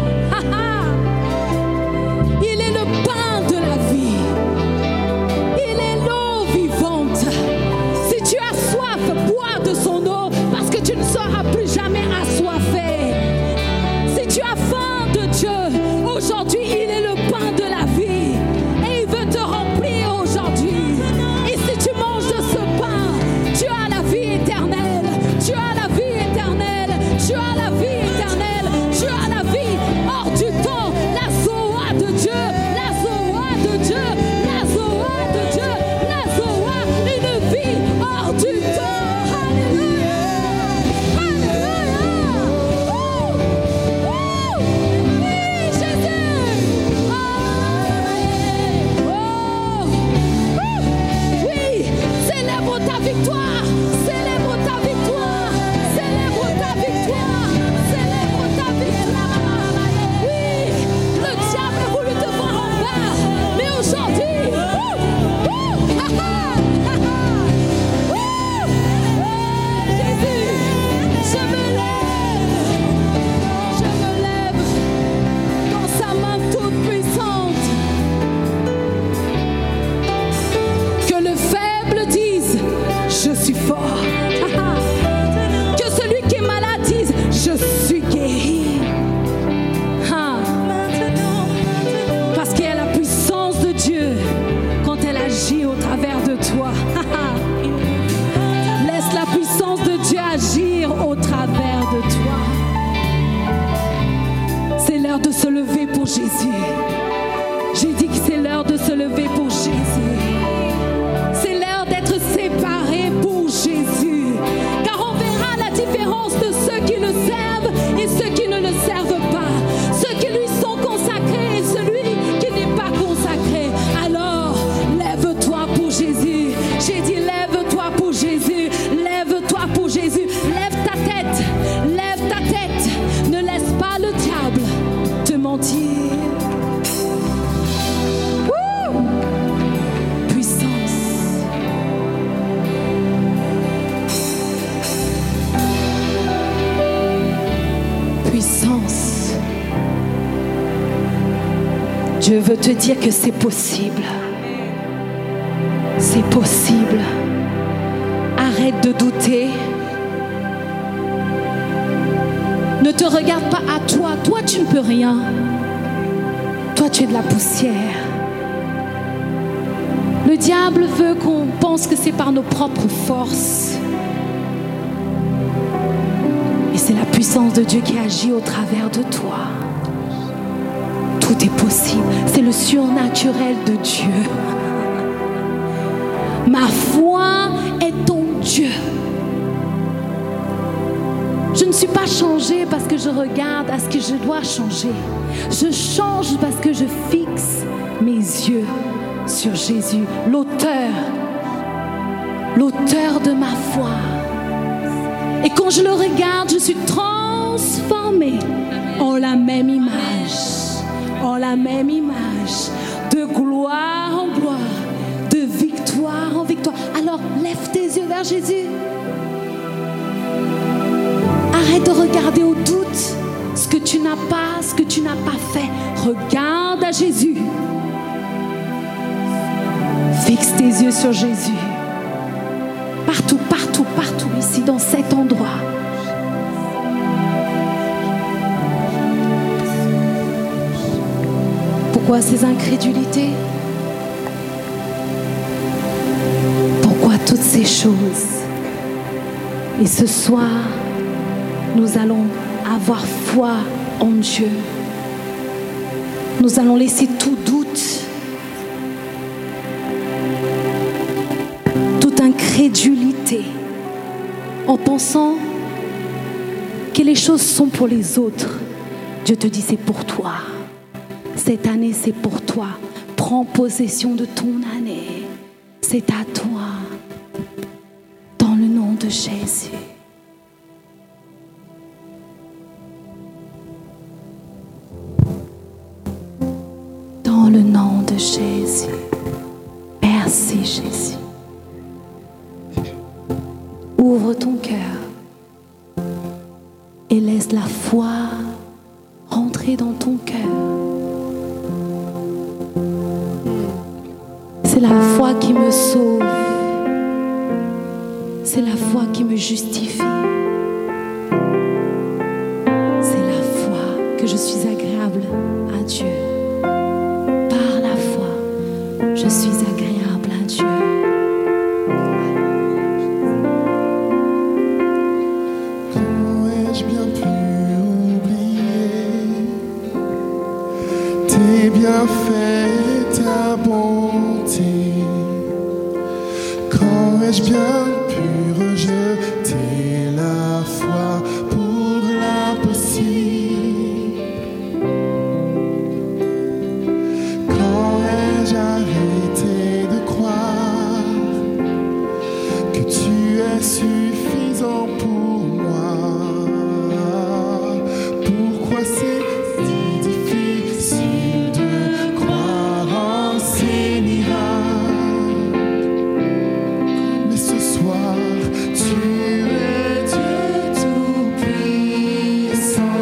Il est le pain de la vie. Il est l'eau vivante. Si tu as soif, bois de son eau parce que tu ne seras plus jamais assoiffé. Si tu as faim de Dieu, aujourd'hui, il est le pain de la vie. Et il veut te remplir aujourd'hui. Et si tu manges de ce pain, tu as la vie éternelle. Tu as la vie éternelle. Tu as la vie éternelle. Tu as la vie hors du temps. La Zoa de Dieu. La Zoa de Dieu. La Zoa de Dieu. La Zoa. Une vie hors du temps. Alléluia. Alléluia. Oh. Oh. Oui, Jésus. Oh. Oh. Oh. Oui, célèbre ta victoire. Célèbre ta victoire. Célèbre ta victoire. Célèbre ta victoire. Oui, le diable a voulu te voir en bas. Mais aujourd'hui, ouh, ouh, ha, ha, ha, ha. Ouh, oh, Jésus, je me lève. Je me lève dans sa main toute puissante. Que le faible dise, je suis fort. Ha, ha. Que celui qui est malade dise, je suis guéri. Ha. Parce qu'il y a la puissance de Dieu quand elle agit au travers de toi. Ha, ha. Laisse la puissance de Dieu agir au travers de toi. C'est l'heure de se lever pour Jésus. J'ai dit que c'est l'heure de se lever pour Jésus. C'est l'heure d'être séparés pour Jésus. Car on verra la différence de ceux qui le servent et ceux qui ne le servent pas. Ceux qui lui sont consacrés et celui qui n'est pas consacré. Alors, lève-toi pour Jésus. J'ai dit, lève-toi pour Jésus. Lève-toi pour Jésus. Lève ta tête. Lève ta tête. Ne laisse pas le diable te mentir. Wouh! Puissance. Puissance. Dieu veut te dire que c'est possible. C'est possible. Arrête de douter. Ne te regarde pas à toi. Toi, tu ne peux rien. Toi, tu es de la poussière. Le diable veut qu'on pense que c'est par nos propres forces. Et c'est la puissance de Dieu qui agit au travers de toi. Tout est possible. C'est le surnaturel de Dieu. Ma foi est ton Dieu. Je ne suis pas changée parce que je regarde à ce que je dois changer. Je change parce que je fixe mes yeux sur Jésus, l'auteur, l'auteur de ma foi. Et quand je le regarde, je suis transformée en la même image, en la même image, de gloire en gloire, de victoire en victoire. Alors lève tes yeux vers Jésus. Arrête de regarder au doute ce que tu n'as pas, ce que tu n'as pas fait. Regarde à Jésus. Fixe tes yeux sur Jésus. Partout, partout, partout ici, dans cet endroit. Pourquoi ces incrédulités? Pourquoi toutes ces choses? Et ce soir, nous allons avoir foi en Dieu. Nous allons laisser tout doute, toute incrédulité, en pensant que les choses sont pour les autres. Dieu te dit, c'est pour toi. Cette année, c'est pour toi. Prends possession de ton année. C'est à toi. Dans le nom de Jésus. Jésus. Merci Jésus. Ouvre ton cœur et laisse la foi rentrer dans ton cœur. C'est la foi qui me sauve. C'est la foi qui me justifie. C'est la foi que je suis agréable à Dieu. Par la foi, je suis agréable à Dieu. Quand ai-je bien pu oublier tes bienfaits, ta bonté? Quand ai-je bien pu rejeter la foi pour l'impossible? Quand ai-je arrêté de croire que tu es suffisant pour moi? Pourquoi c'est si difficile de croire en ces miracles? Mais ce soir, tu es Dieu tout-puissant.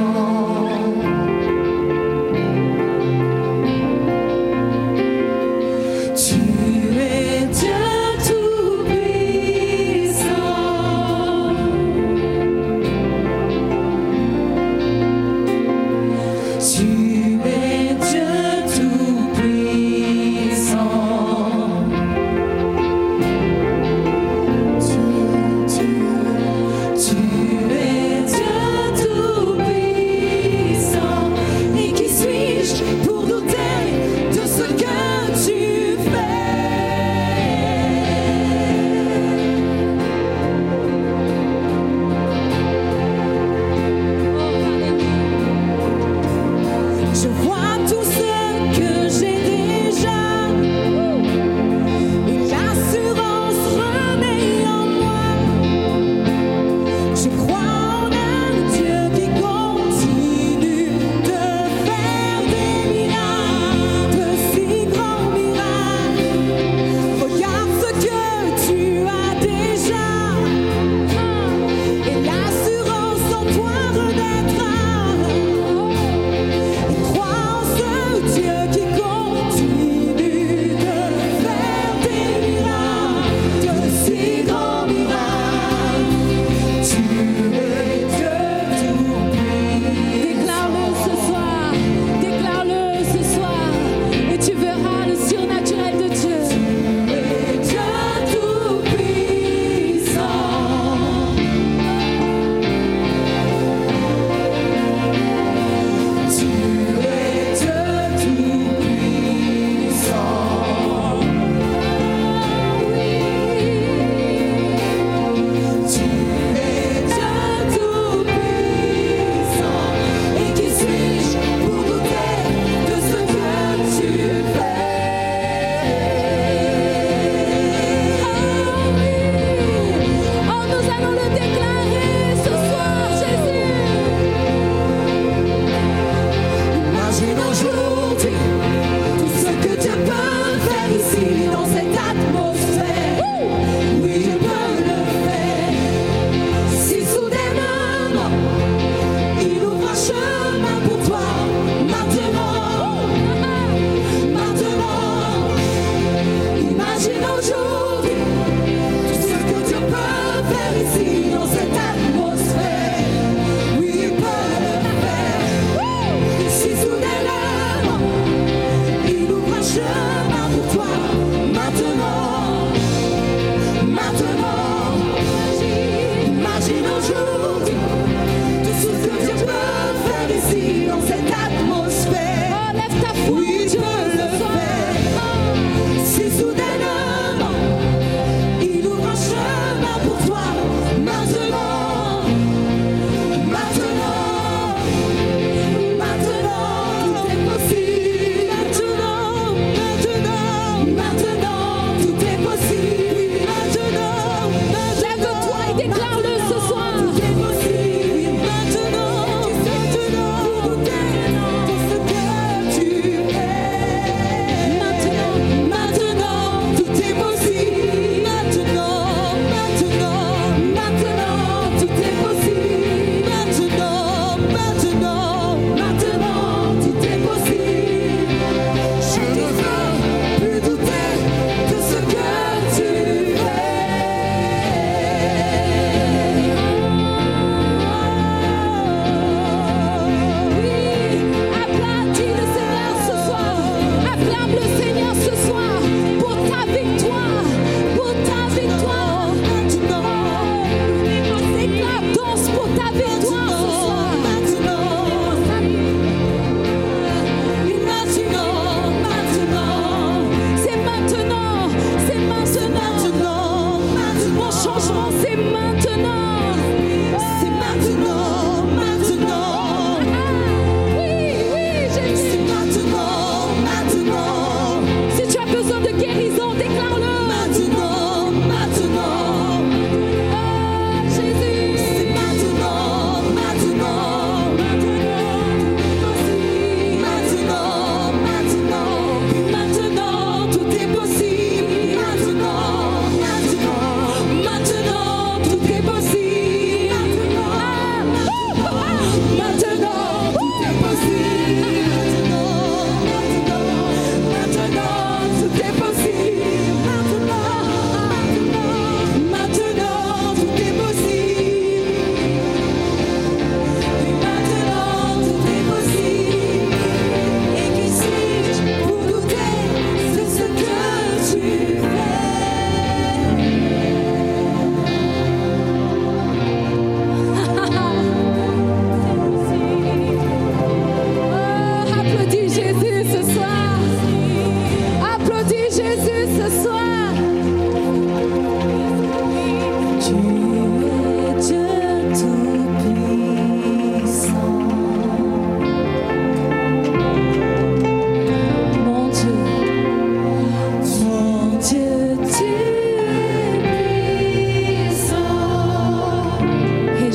Tu es Dieu tout-puissant. Tu es Dieu tout-puissant. Tu, tu, tu es Dieu tout-puissant. Et qui suis-je pour douter de ce que tu fais? Je vois tout ce que j'ai déjà, et l'assurance renaît en moi. Je crois en un Dieu qui continue de faire des miracles, de si grands miracles. Regarde ce que tu as déjà, et l'assurance en toi renaîtra. Et crois en ce Dieu qui continue de faire des miracles, de si grands miracles. Tu es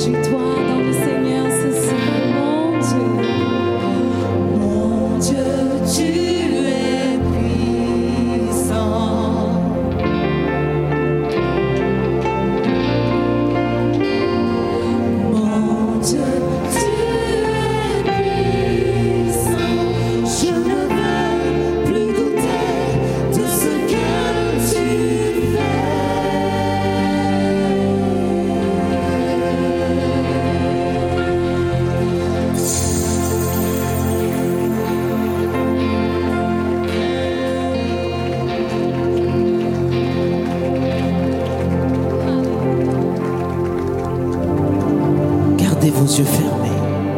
Réjouis-toi dans le Seigneur ce soir, mon Dieu. Mon Dieu, tu es puissant. Mon Dieu, tu es puissant. Je ne veux plus douter de ce que tu fais. Gardez vos yeux fermés.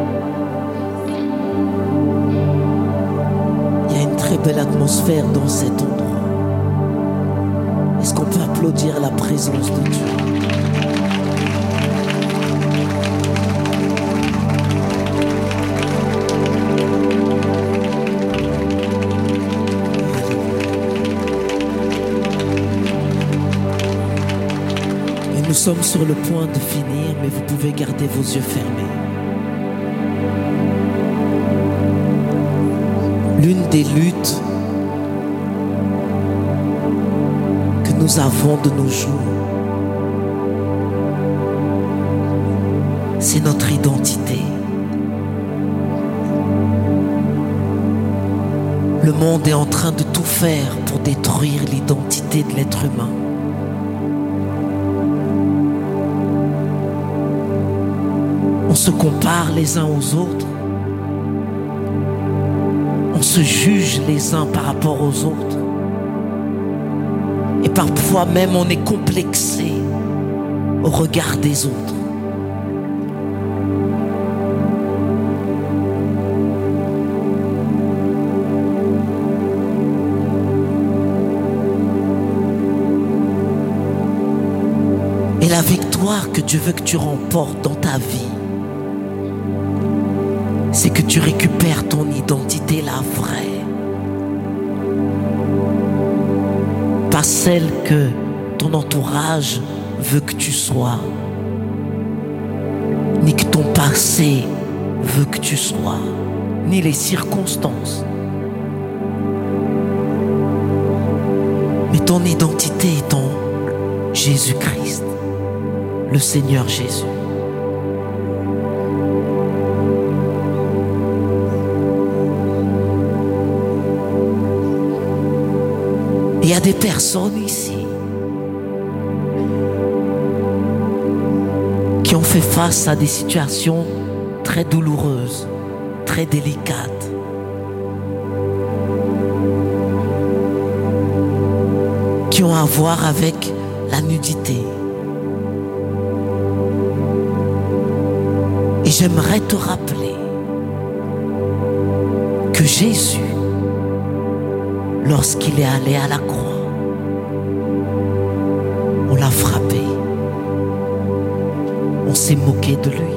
Il y a une très belle atmosphère dans cet endroit. Est-ce qu'on peut applaudir la présence de Dieu? Et nous sommes sur le point de finir, mais vous pouvez garder vos yeux fermés. L'une des luttes que nous avons de nos jours, c'est notre identité. Le monde est en train de tout faire pour détruire l'identité de l'être humain. On se compare les uns aux autres. On se juge les uns par rapport aux autres. Et parfois même on est complexé au regard des autres. Et la victoire que Dieu veut que tu remportes dans ta vie, c'est que tu récupères ton identité, la vraie. Pas celle que ton entourage veut que tu sois, ni que ton passé veut que tu sois, ni les circonstances. Mais ton identité est en Jésus-Christ, le Seigneur Jésus. Il y a des personnes ici qui ont fait face à des situations très douloureuses, très délicates. Qui ont à voir avec la nudité. Et j'aimerais te rappeler que Jésus, lorsqu'il est allé à la croix, on l'a frappé, on s'est moqué de lui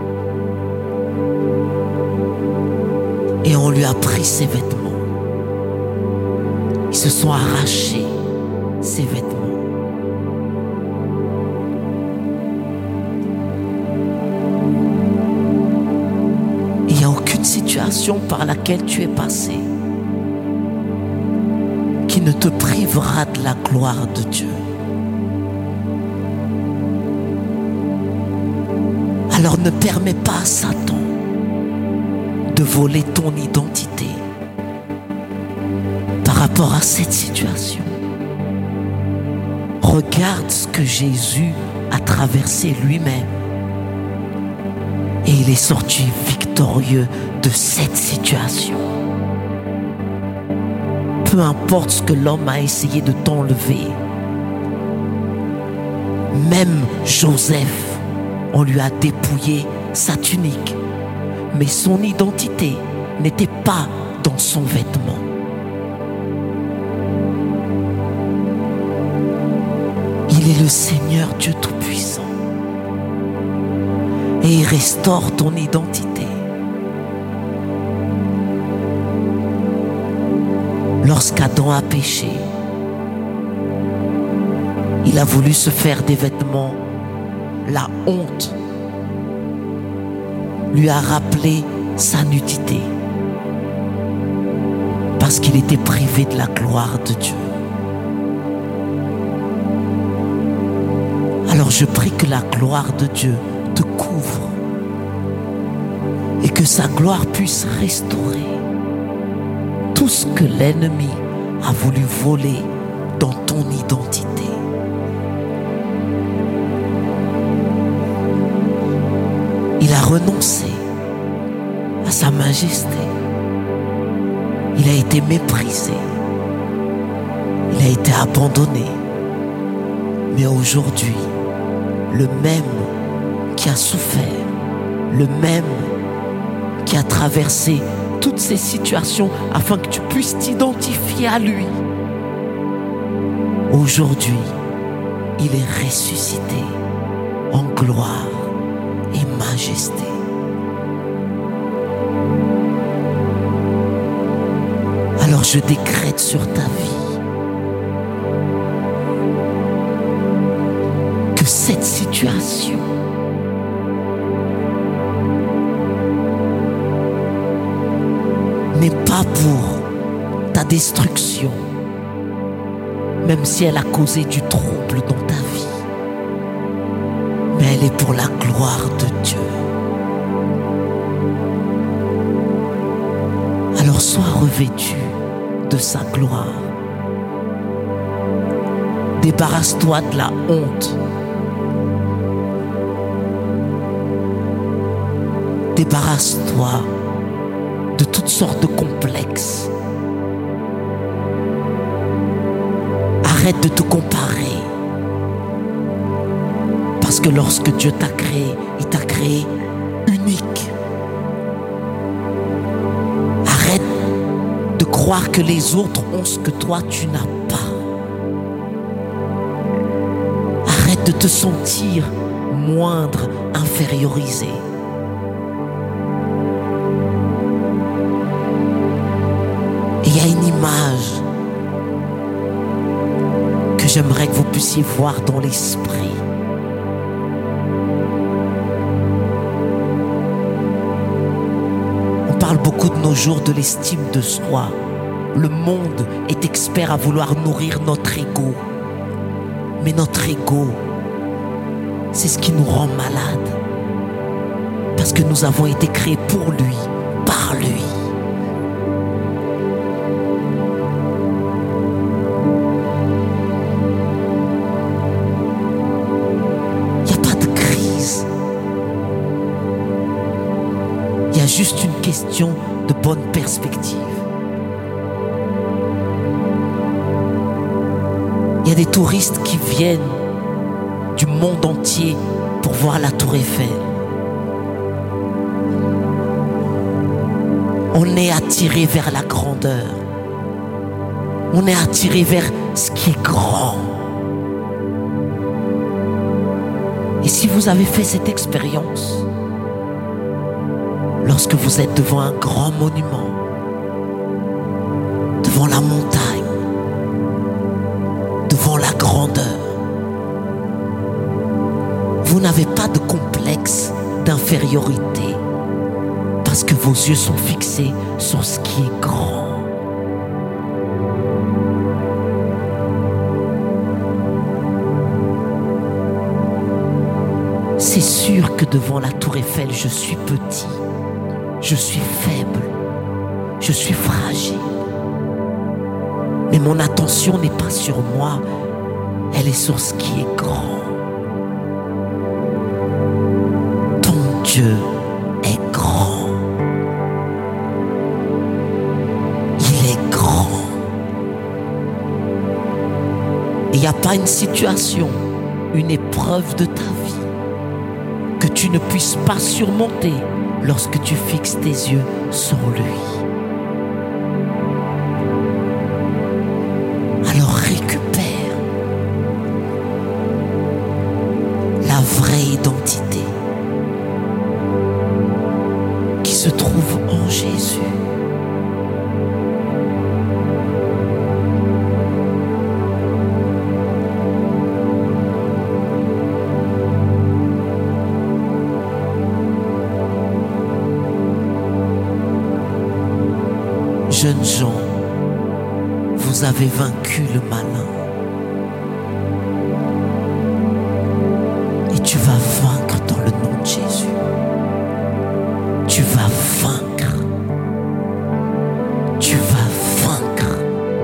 et on lui a pris ses vêtements. Ils se sont arrachés ses vêtements. Il n'y a aucune situation par laquelle tu es passé qui ne te privera de la gloire de Dieu. Alors ne permets pas à Satan de voler ton identité par rapport à cette situation. Regarde ce que Jésus a traversé lui-même et il est sorti victorieux de cette situation. Peu importe ce que l'homme a essayé de t'enlever, même Joseph, on lui a dépouillé sa tunique, mais son identité n'était pas dans son vêtement. Il est le Seigneur Dieu Tout-Puissant et il restaure ton identité. Lorsqu'Adam a péché, il a voulu se faire des vêtements, la honte lui a rappelé sa nudité parce qu'il était privé de la gloire de Dieu. Alors je prie que la gloire de Dieu te couvre et que sa gloire puisse restaurer tout ce que l'ennemi a voulu voler dans ton identité. Il a renoncé à sa majesté. Il a été méprisé. Il a été abandonné. Mais aujourd'hui, le même qui a souffert, le même qui a traversé toutes ces situations afin que tu puisses t'identifier à lui, aujourd'hui, il est ressuscité en gloire et majesté. Alors je décrète sur ta vie que cette situation n'est pas pour ta destruction, même si elle a causé du trouble dans ta vie, mais elle est pour la gloire de Dieu. Alors sois revêtu de sa gloire. Débarrasse-toi de la honte. Débarrasse-toi de toutes sortes de complexes. Arrête de te comparer. Parce que lorsque Dieu t'a créé, il t'a créé unique. Arrête de croire que les autres ont ce que toi tu n'as pas. Arrête de te sentir moindre, infériorisé. Il y a une image que j'aimerais que vous puissiez voir dans l'esprit. On parle beaucoup de nos jours de l'estime de soi. Le monde est expert à vouloir nourrir notre ego. Mais notre ego, c'est ce qui nous rend malades. Parce que nous avons été créés pour lui, par lui. Juste une question de bonne perspective. Il y a des touristes qui viennent du monde entier pour voir la Tour Eiffel. On est attiré vers la grandeur. On est attiré vers ce qui est grand. Et si vous avez fait cette expérience, lorsque vous êtes devant un grand monument, devant la montagne, devant la grandeur, vous n'avez pas de complexe d'infériorité parce que vos yeux sont fixés sur ce qui est grand. C'est sûr que devant la Tour Eiffel, je suis petit. Je suis faible, je suis fragile. Mais mon attention n'est pas sur moi, elle est sur ce qui est grand. Ton Dieu est grand. Il est grand. Il n'y a pas une situation, une épreuve de ta vie que tu ne puisses pas surmonter lorsque tu fixes tes yeux sur lui. Alors récupère la vraie identité qui se trouve en Jésus. jeunes gens, vous avez vaincu le malin. Et tu vas vaincre dans le nom de Jésus. Tu vas vaincre. Tu vas vaincre.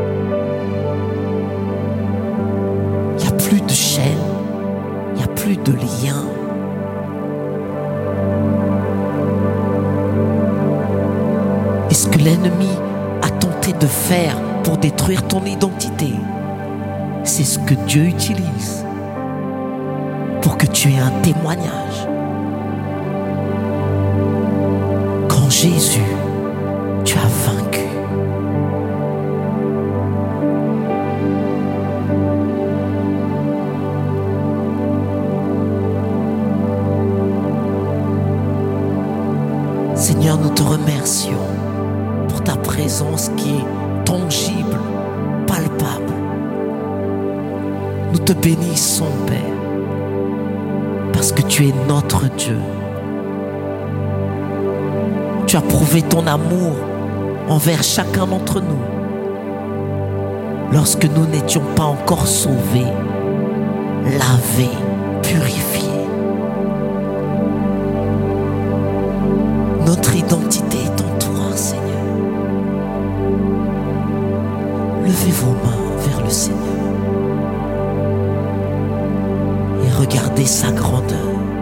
Il n'y a plus de chaîne, il n'y a plus de lien. Et ce que l'ennemi a tenté de faire pour détruire ton identité, c'est ce que Dieu utilise pour que tu aies un témoignage. Qu'en Jésus, tu as vaincu. Seigneur, nous te remercions pour ta présence qui est tangible, palpable. Nous te bénissons, Père, parce que tu es notre Dieu. Tu as prouvé ton amour envers chacun d'entre nous lorsque nous n'étions pas encore sauvés, lavés, purifiés. Notre identité est en toi, Seigneur. Levez vos mains vers le Seigneur et regardez sa grandeur.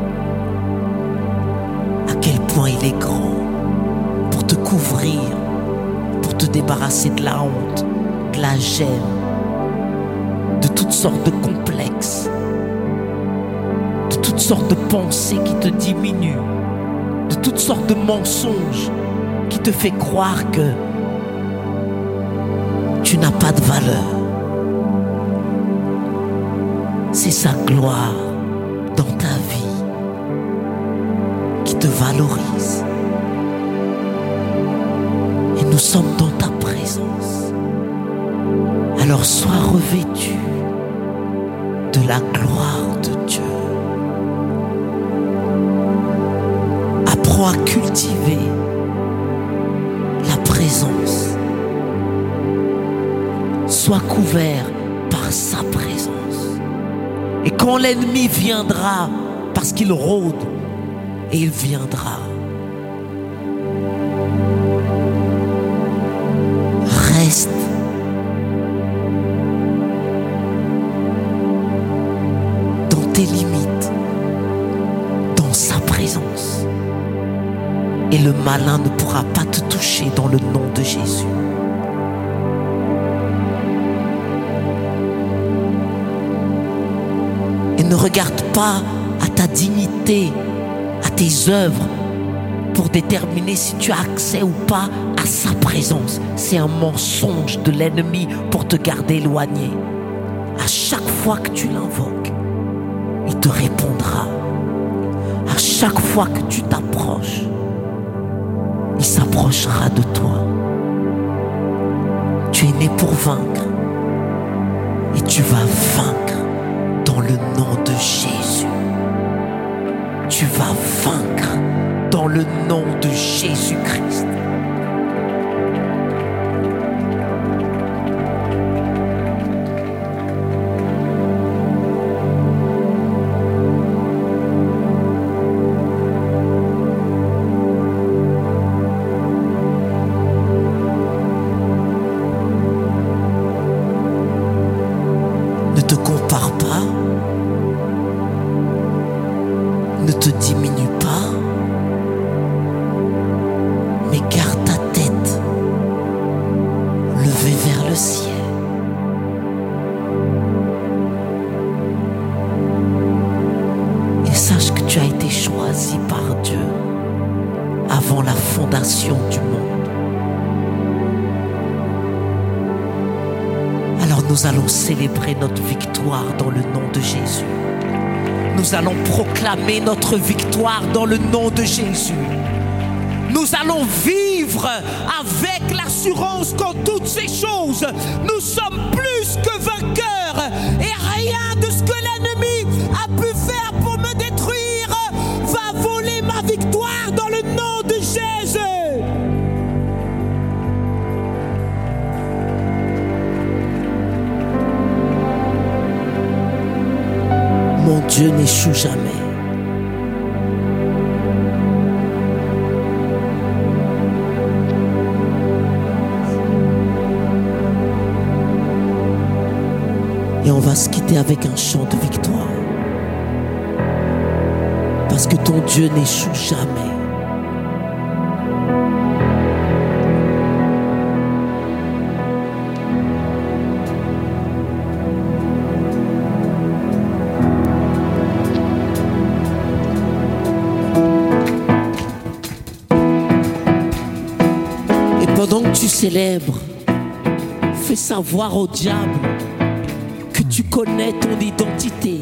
À quel point il est grand pour te couvrir, pour te débarrasser de la honte, de la gêne, de toutes sortes de complexes, de toutes sortes de pensées qui te diminuent, de toutes sortes de mensonges qui te fait croire que tu n'as pas de valeur. C'est sa gloire dans ta vie qui te valorise. Et nous sommes dans ta présence. Alors sois revêtu de la gloire de Dieu. Apprends à cultiver la présence. Sois couvert par sa présence. Et quand l'ennemi viendra, parce qu'il rôde, et il viendra, reste dans tes limites, dans sa présence. Et le malin ne pourra pas te toucher dans le nom de Jésus. Et ne regarde pas à ta dignité, à tes œuvres, pour déterminer si tu as accès ou pas à sa présence. C'est un mensonge de l'ennemi pour te garder éloigné. À chaque fois que tu l'invoques, il te répondra. À chaque fois que tu t'approches, il s'approchera de toi. Tu es né pour vaincre et tu vas vaincre dans le nom de Jésus. Tu vas vaincre dans le nom de Jésus-Christ. Ne te compare pas, ne te diminue pas, mais garde ta tête levée vers le ciel. Et sache que tu as été choisi par Dieu avant la fondation du monde. Alors nous allons célébrer notre victoire dans le nom de Jésus. Nous allons proclamer notre victoire dans le nom de Jésus. Nous allons vivre avec l'assurance qu'en toutes ces choses, nous sommes plus que vainqueurs. Et rien de ce que l'ennemi a pu faire pour me détruire va voler ma victoire dans le nom de Jésus. Dieu n'échoue jamais. Et on va se quitter avec un chant de victoire. Parce que ton Dieu n'échoue jamais. Et pendant que tu célèbres, fais savoir au diable que tu connais ton identité.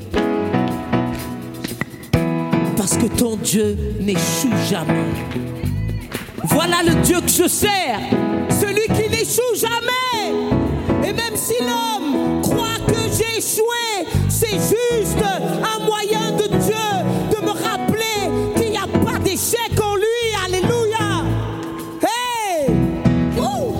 Parce que ton Dieu n'échoue jamais. Voilà le Dieu que je sers, celui qui n'échoue jamais. Et même si l'homme croit que j'ai échoué, c'est juste un moyen de Dieu de me rappeler qu'il n'y a pas d'échec en lui. Alléluia. Hey! Ouh!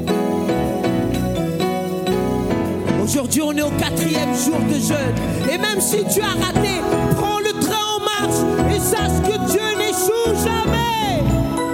Aujourd'hui, on est au quatrième jour de jeûne. Et même si tu as raté, prends le train en marche et sache que Dieu n'échoue jamais.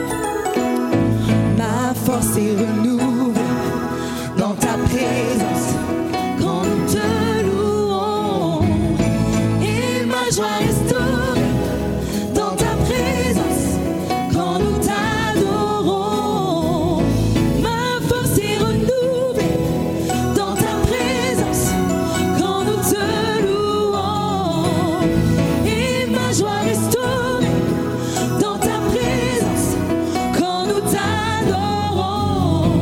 Ma force est renouvelée dans ta présence quand nous te louons, et ma joie restaurée dans ta présence quand nous t'adorons. Ma force est renouvelée dans ta présence quand nous te louons, et ma joie restaurée dans ta présence quand nous t'adorons.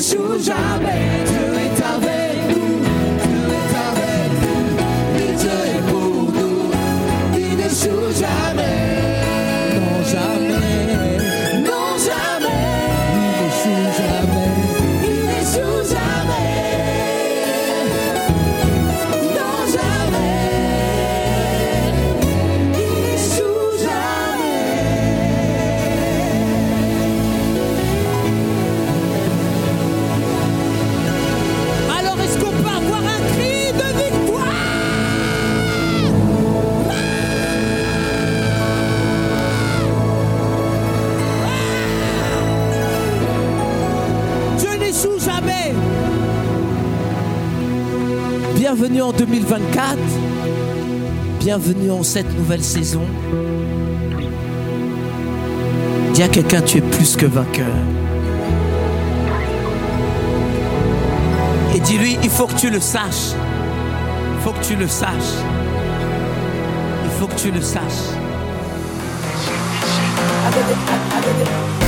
n'échoue jamais. Dieu est avec nous, Dieu est avec nous, et Dieu est pour nous, il n'échoue jamais. Non, jamais, Non, jamais, il n'échoue jamais. il n'échoue jamais. Non, jamais, il n'échoue jamais. Alors est-ce qu'on peut avoir un cri de victoire? Dieu n'échoue jamais. Bienvenue en deux mille vingt-quatre. Bienvenue en cette nouvelle saison. Dis à quelqu'un, tu es plus que vainqueur. Et dis-lui, il faut que tu le saches. Il faut que tu le saches. Il faut que tu le saches.